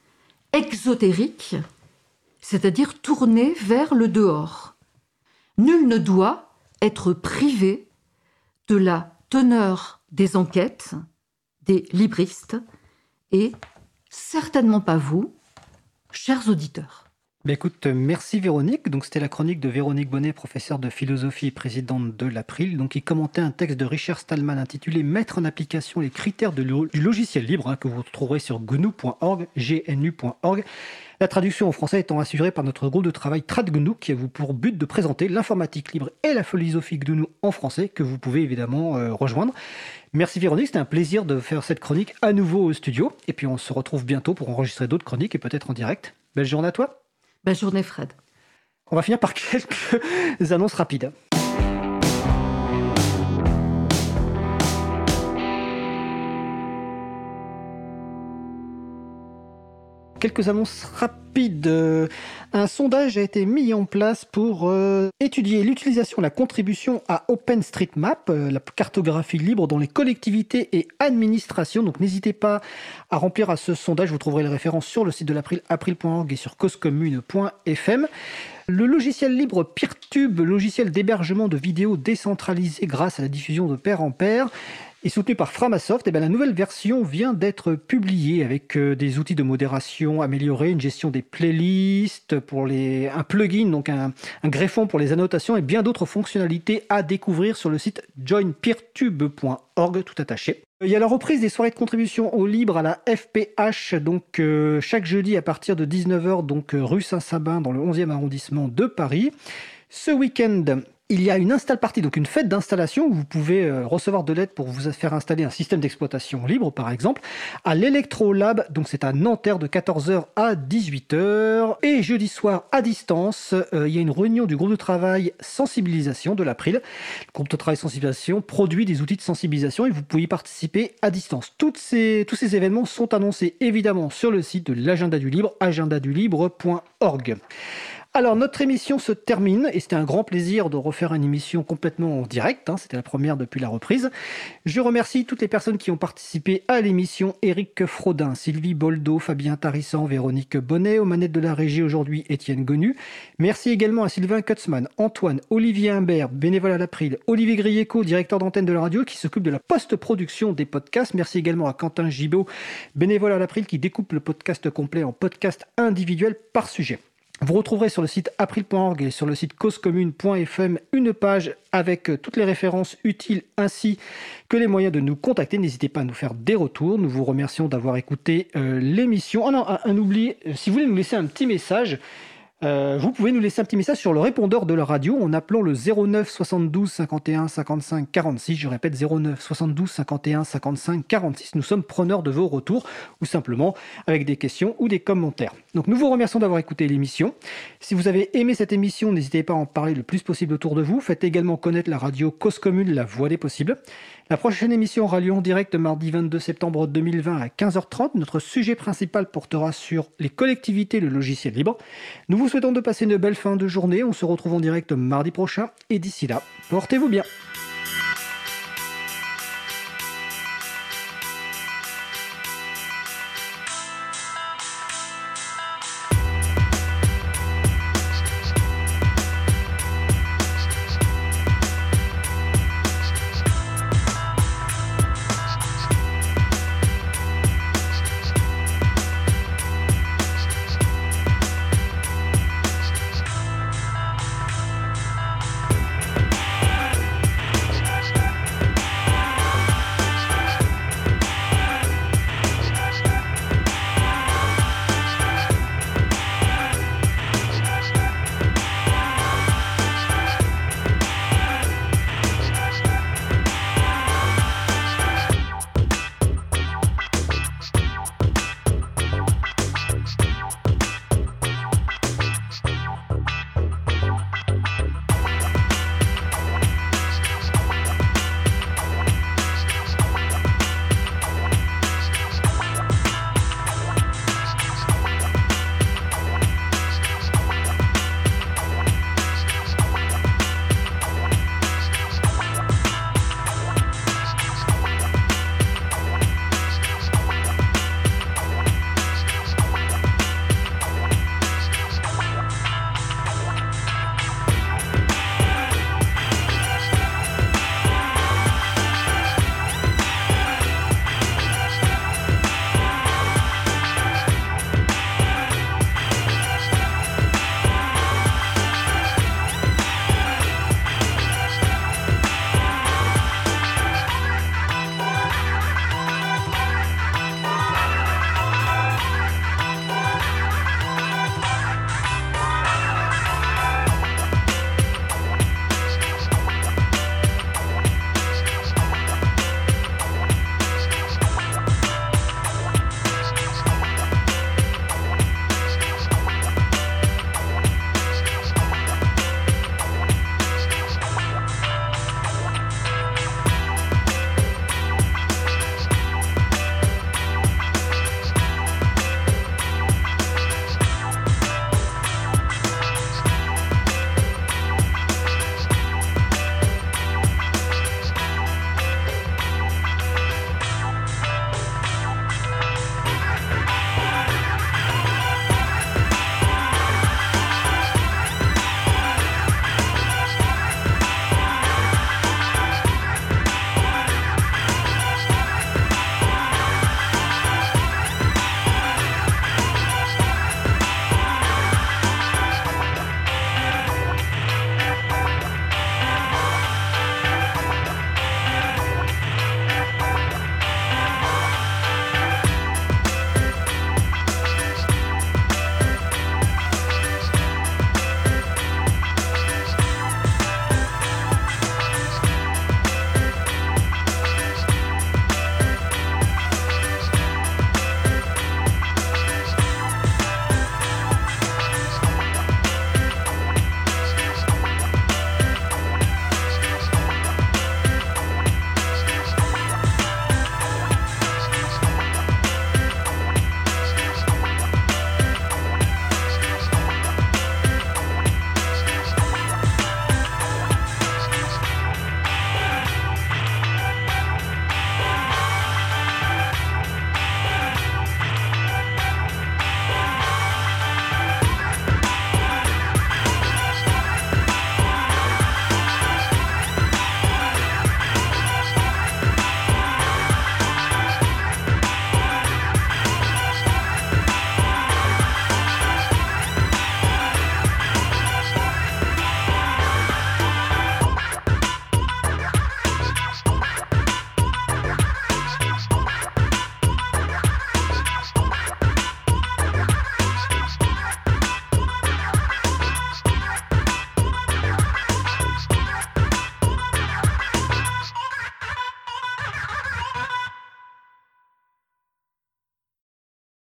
exotérique, c'est-à-dire tourné vers le dehors. Nul ne doit être privé de la teneur des enquêtes des libristes et certainement pas vous, chers auditeurs. Ben écoute, merci Véronique. Donc c'était la chronique de Véronique Bonnet, professeure de philosophie et présidente de l'April, donc qui commentait un texte de Richard Stallman intitulé Mettre en application les critères de lo- du logiciel libre, hein, que vous trouverez sur gnu point org, g n u point org. La traduction en français étant assurée par notre groupe de travail TradGNU, qui a pour but de présenter l'informatique libre et la philosophie G N U en français, que vous pouvez évidemment euh, rejoindre. Merci Véronique, c'était un plaisir de faire cette chronique à nouveau au studio. Et puis on se retrouve bientôt pour enregistrer d'autres chroniques et peut-être en direct. Belle journée à toi. Belle journée Fred. On va finir par quelques annonces rapides. Quelques annonces rapides. Un sondage a été mis en place pour euh, étudier l'utilisation, la contribution à OpenStreetMap, euh, la cartographie libre dans les collectivités et administrations. Donc n'hésitez pas à remplir à ce sondage. Vous trouverez les références sur le site de l'April, april point org et sur causecommune point f m. Le logiciel libre Peertube, logiciel d'hébergement de vidéos décentralisé grâce à la diffusion de pair en pair, est soutenu par Framasoft. Et bien, la nouvelle version vient d'être publiée avec euh, des outils de modération améliorés, une gestion des playlists, pour les, un plugin, donc un, un greffon pour les annotations et bien d'autres fonctionnalités à découvrir sur le site join peertube point org, tout attaché. Il y a la reprise des soirées de contribution au libre à la F P H, donc euh, chaque jeudi à partir de dix-neuf heures, donc euh, rue Saint-Sabin dans le onzième arrondissement de Paris. Ce week-end, il y a une install party, donc une fête d'installation où vous pouvez euh, recevoir de l'aide pour vous faire installer un système d'exploitation libre, par exemple, à l'Electrolab, donc c'est à Nanterre de quatorze heures à dix-huit heures. Et jeudi soir, à distance, euh, il y a une réunion du groupe de travail sensibilisation de l'April. Le groupe de travail sensibilisation produit des outils de sensibilisation et vous pouvez y participer à distance. Toutes ces, tous ces événements sont annoncés évidemment sur le site de l'Agenda du Libre, agenda du libre point org. Alors, notre émission se termine et c'était un grand plaisir de refaire une émission complètement en direct. Hein, c'était la première depuis la reprise. Je remercie toutes les personnes qui ont participé à l'émission. Éric Frodin, Sylvie Boldo, Fabien Tarissan, Véronique Bonnet. Aux manettes de la régie aujourd'hui, Étienne Gonu. Merci également à Sylvain Kutzmann, Antoine, Olivier Imbert, bénévole à l'April, Olivier Grieco, directeur d'antenne de la radio qui s'occupe de la post-production des podcasts. Merci également à Quentin Gibaud, bénévole à l'April qui découpe le podcast complet en podcasts individuels par sujet. Vous retrouverez sur le site april point org et sur le site causecommune point f m une page avec toutes les références utiles ainsi que les moyens de nous contacter. N'hésitez pas à nous faire des retours. Nous vous remercions d'avoir écouté euh, l'émission. Oh non, un, un oubli, si vous voulez nous laisser un petit message, Euh, vous pouvez nous laisser un petit message sur le répondeur de la radio en appelant le zéro neuf soixante-douze cinquante et un cinquante-cinq quarante-six. Je répète, zéro neuf soixante-douze cinquante et un cinquante-cinq quarante-six. Nous sommes preneurs de vos retours ou simplement avec des questions ou des commentaires. Donc nous vous remercions d'avoir écouté l'émission. Si vous avez aimé cette émission, n'hésitez pas à en parler le plus possible autour de vous. Faites également connaître la radio Cause Commune, la voix des possibles. La prochaine émission aura lieu en direct mardi vingt-deux septembre deux mille vingt à quinze heures trente. Notre sujet principal portera sur les collectivités et le logiciel libre. Nous vous souhaitons de passer une belle fin de journée. On se retrouve en direct mardi prochain. Et d'ici là, portez-vous bien.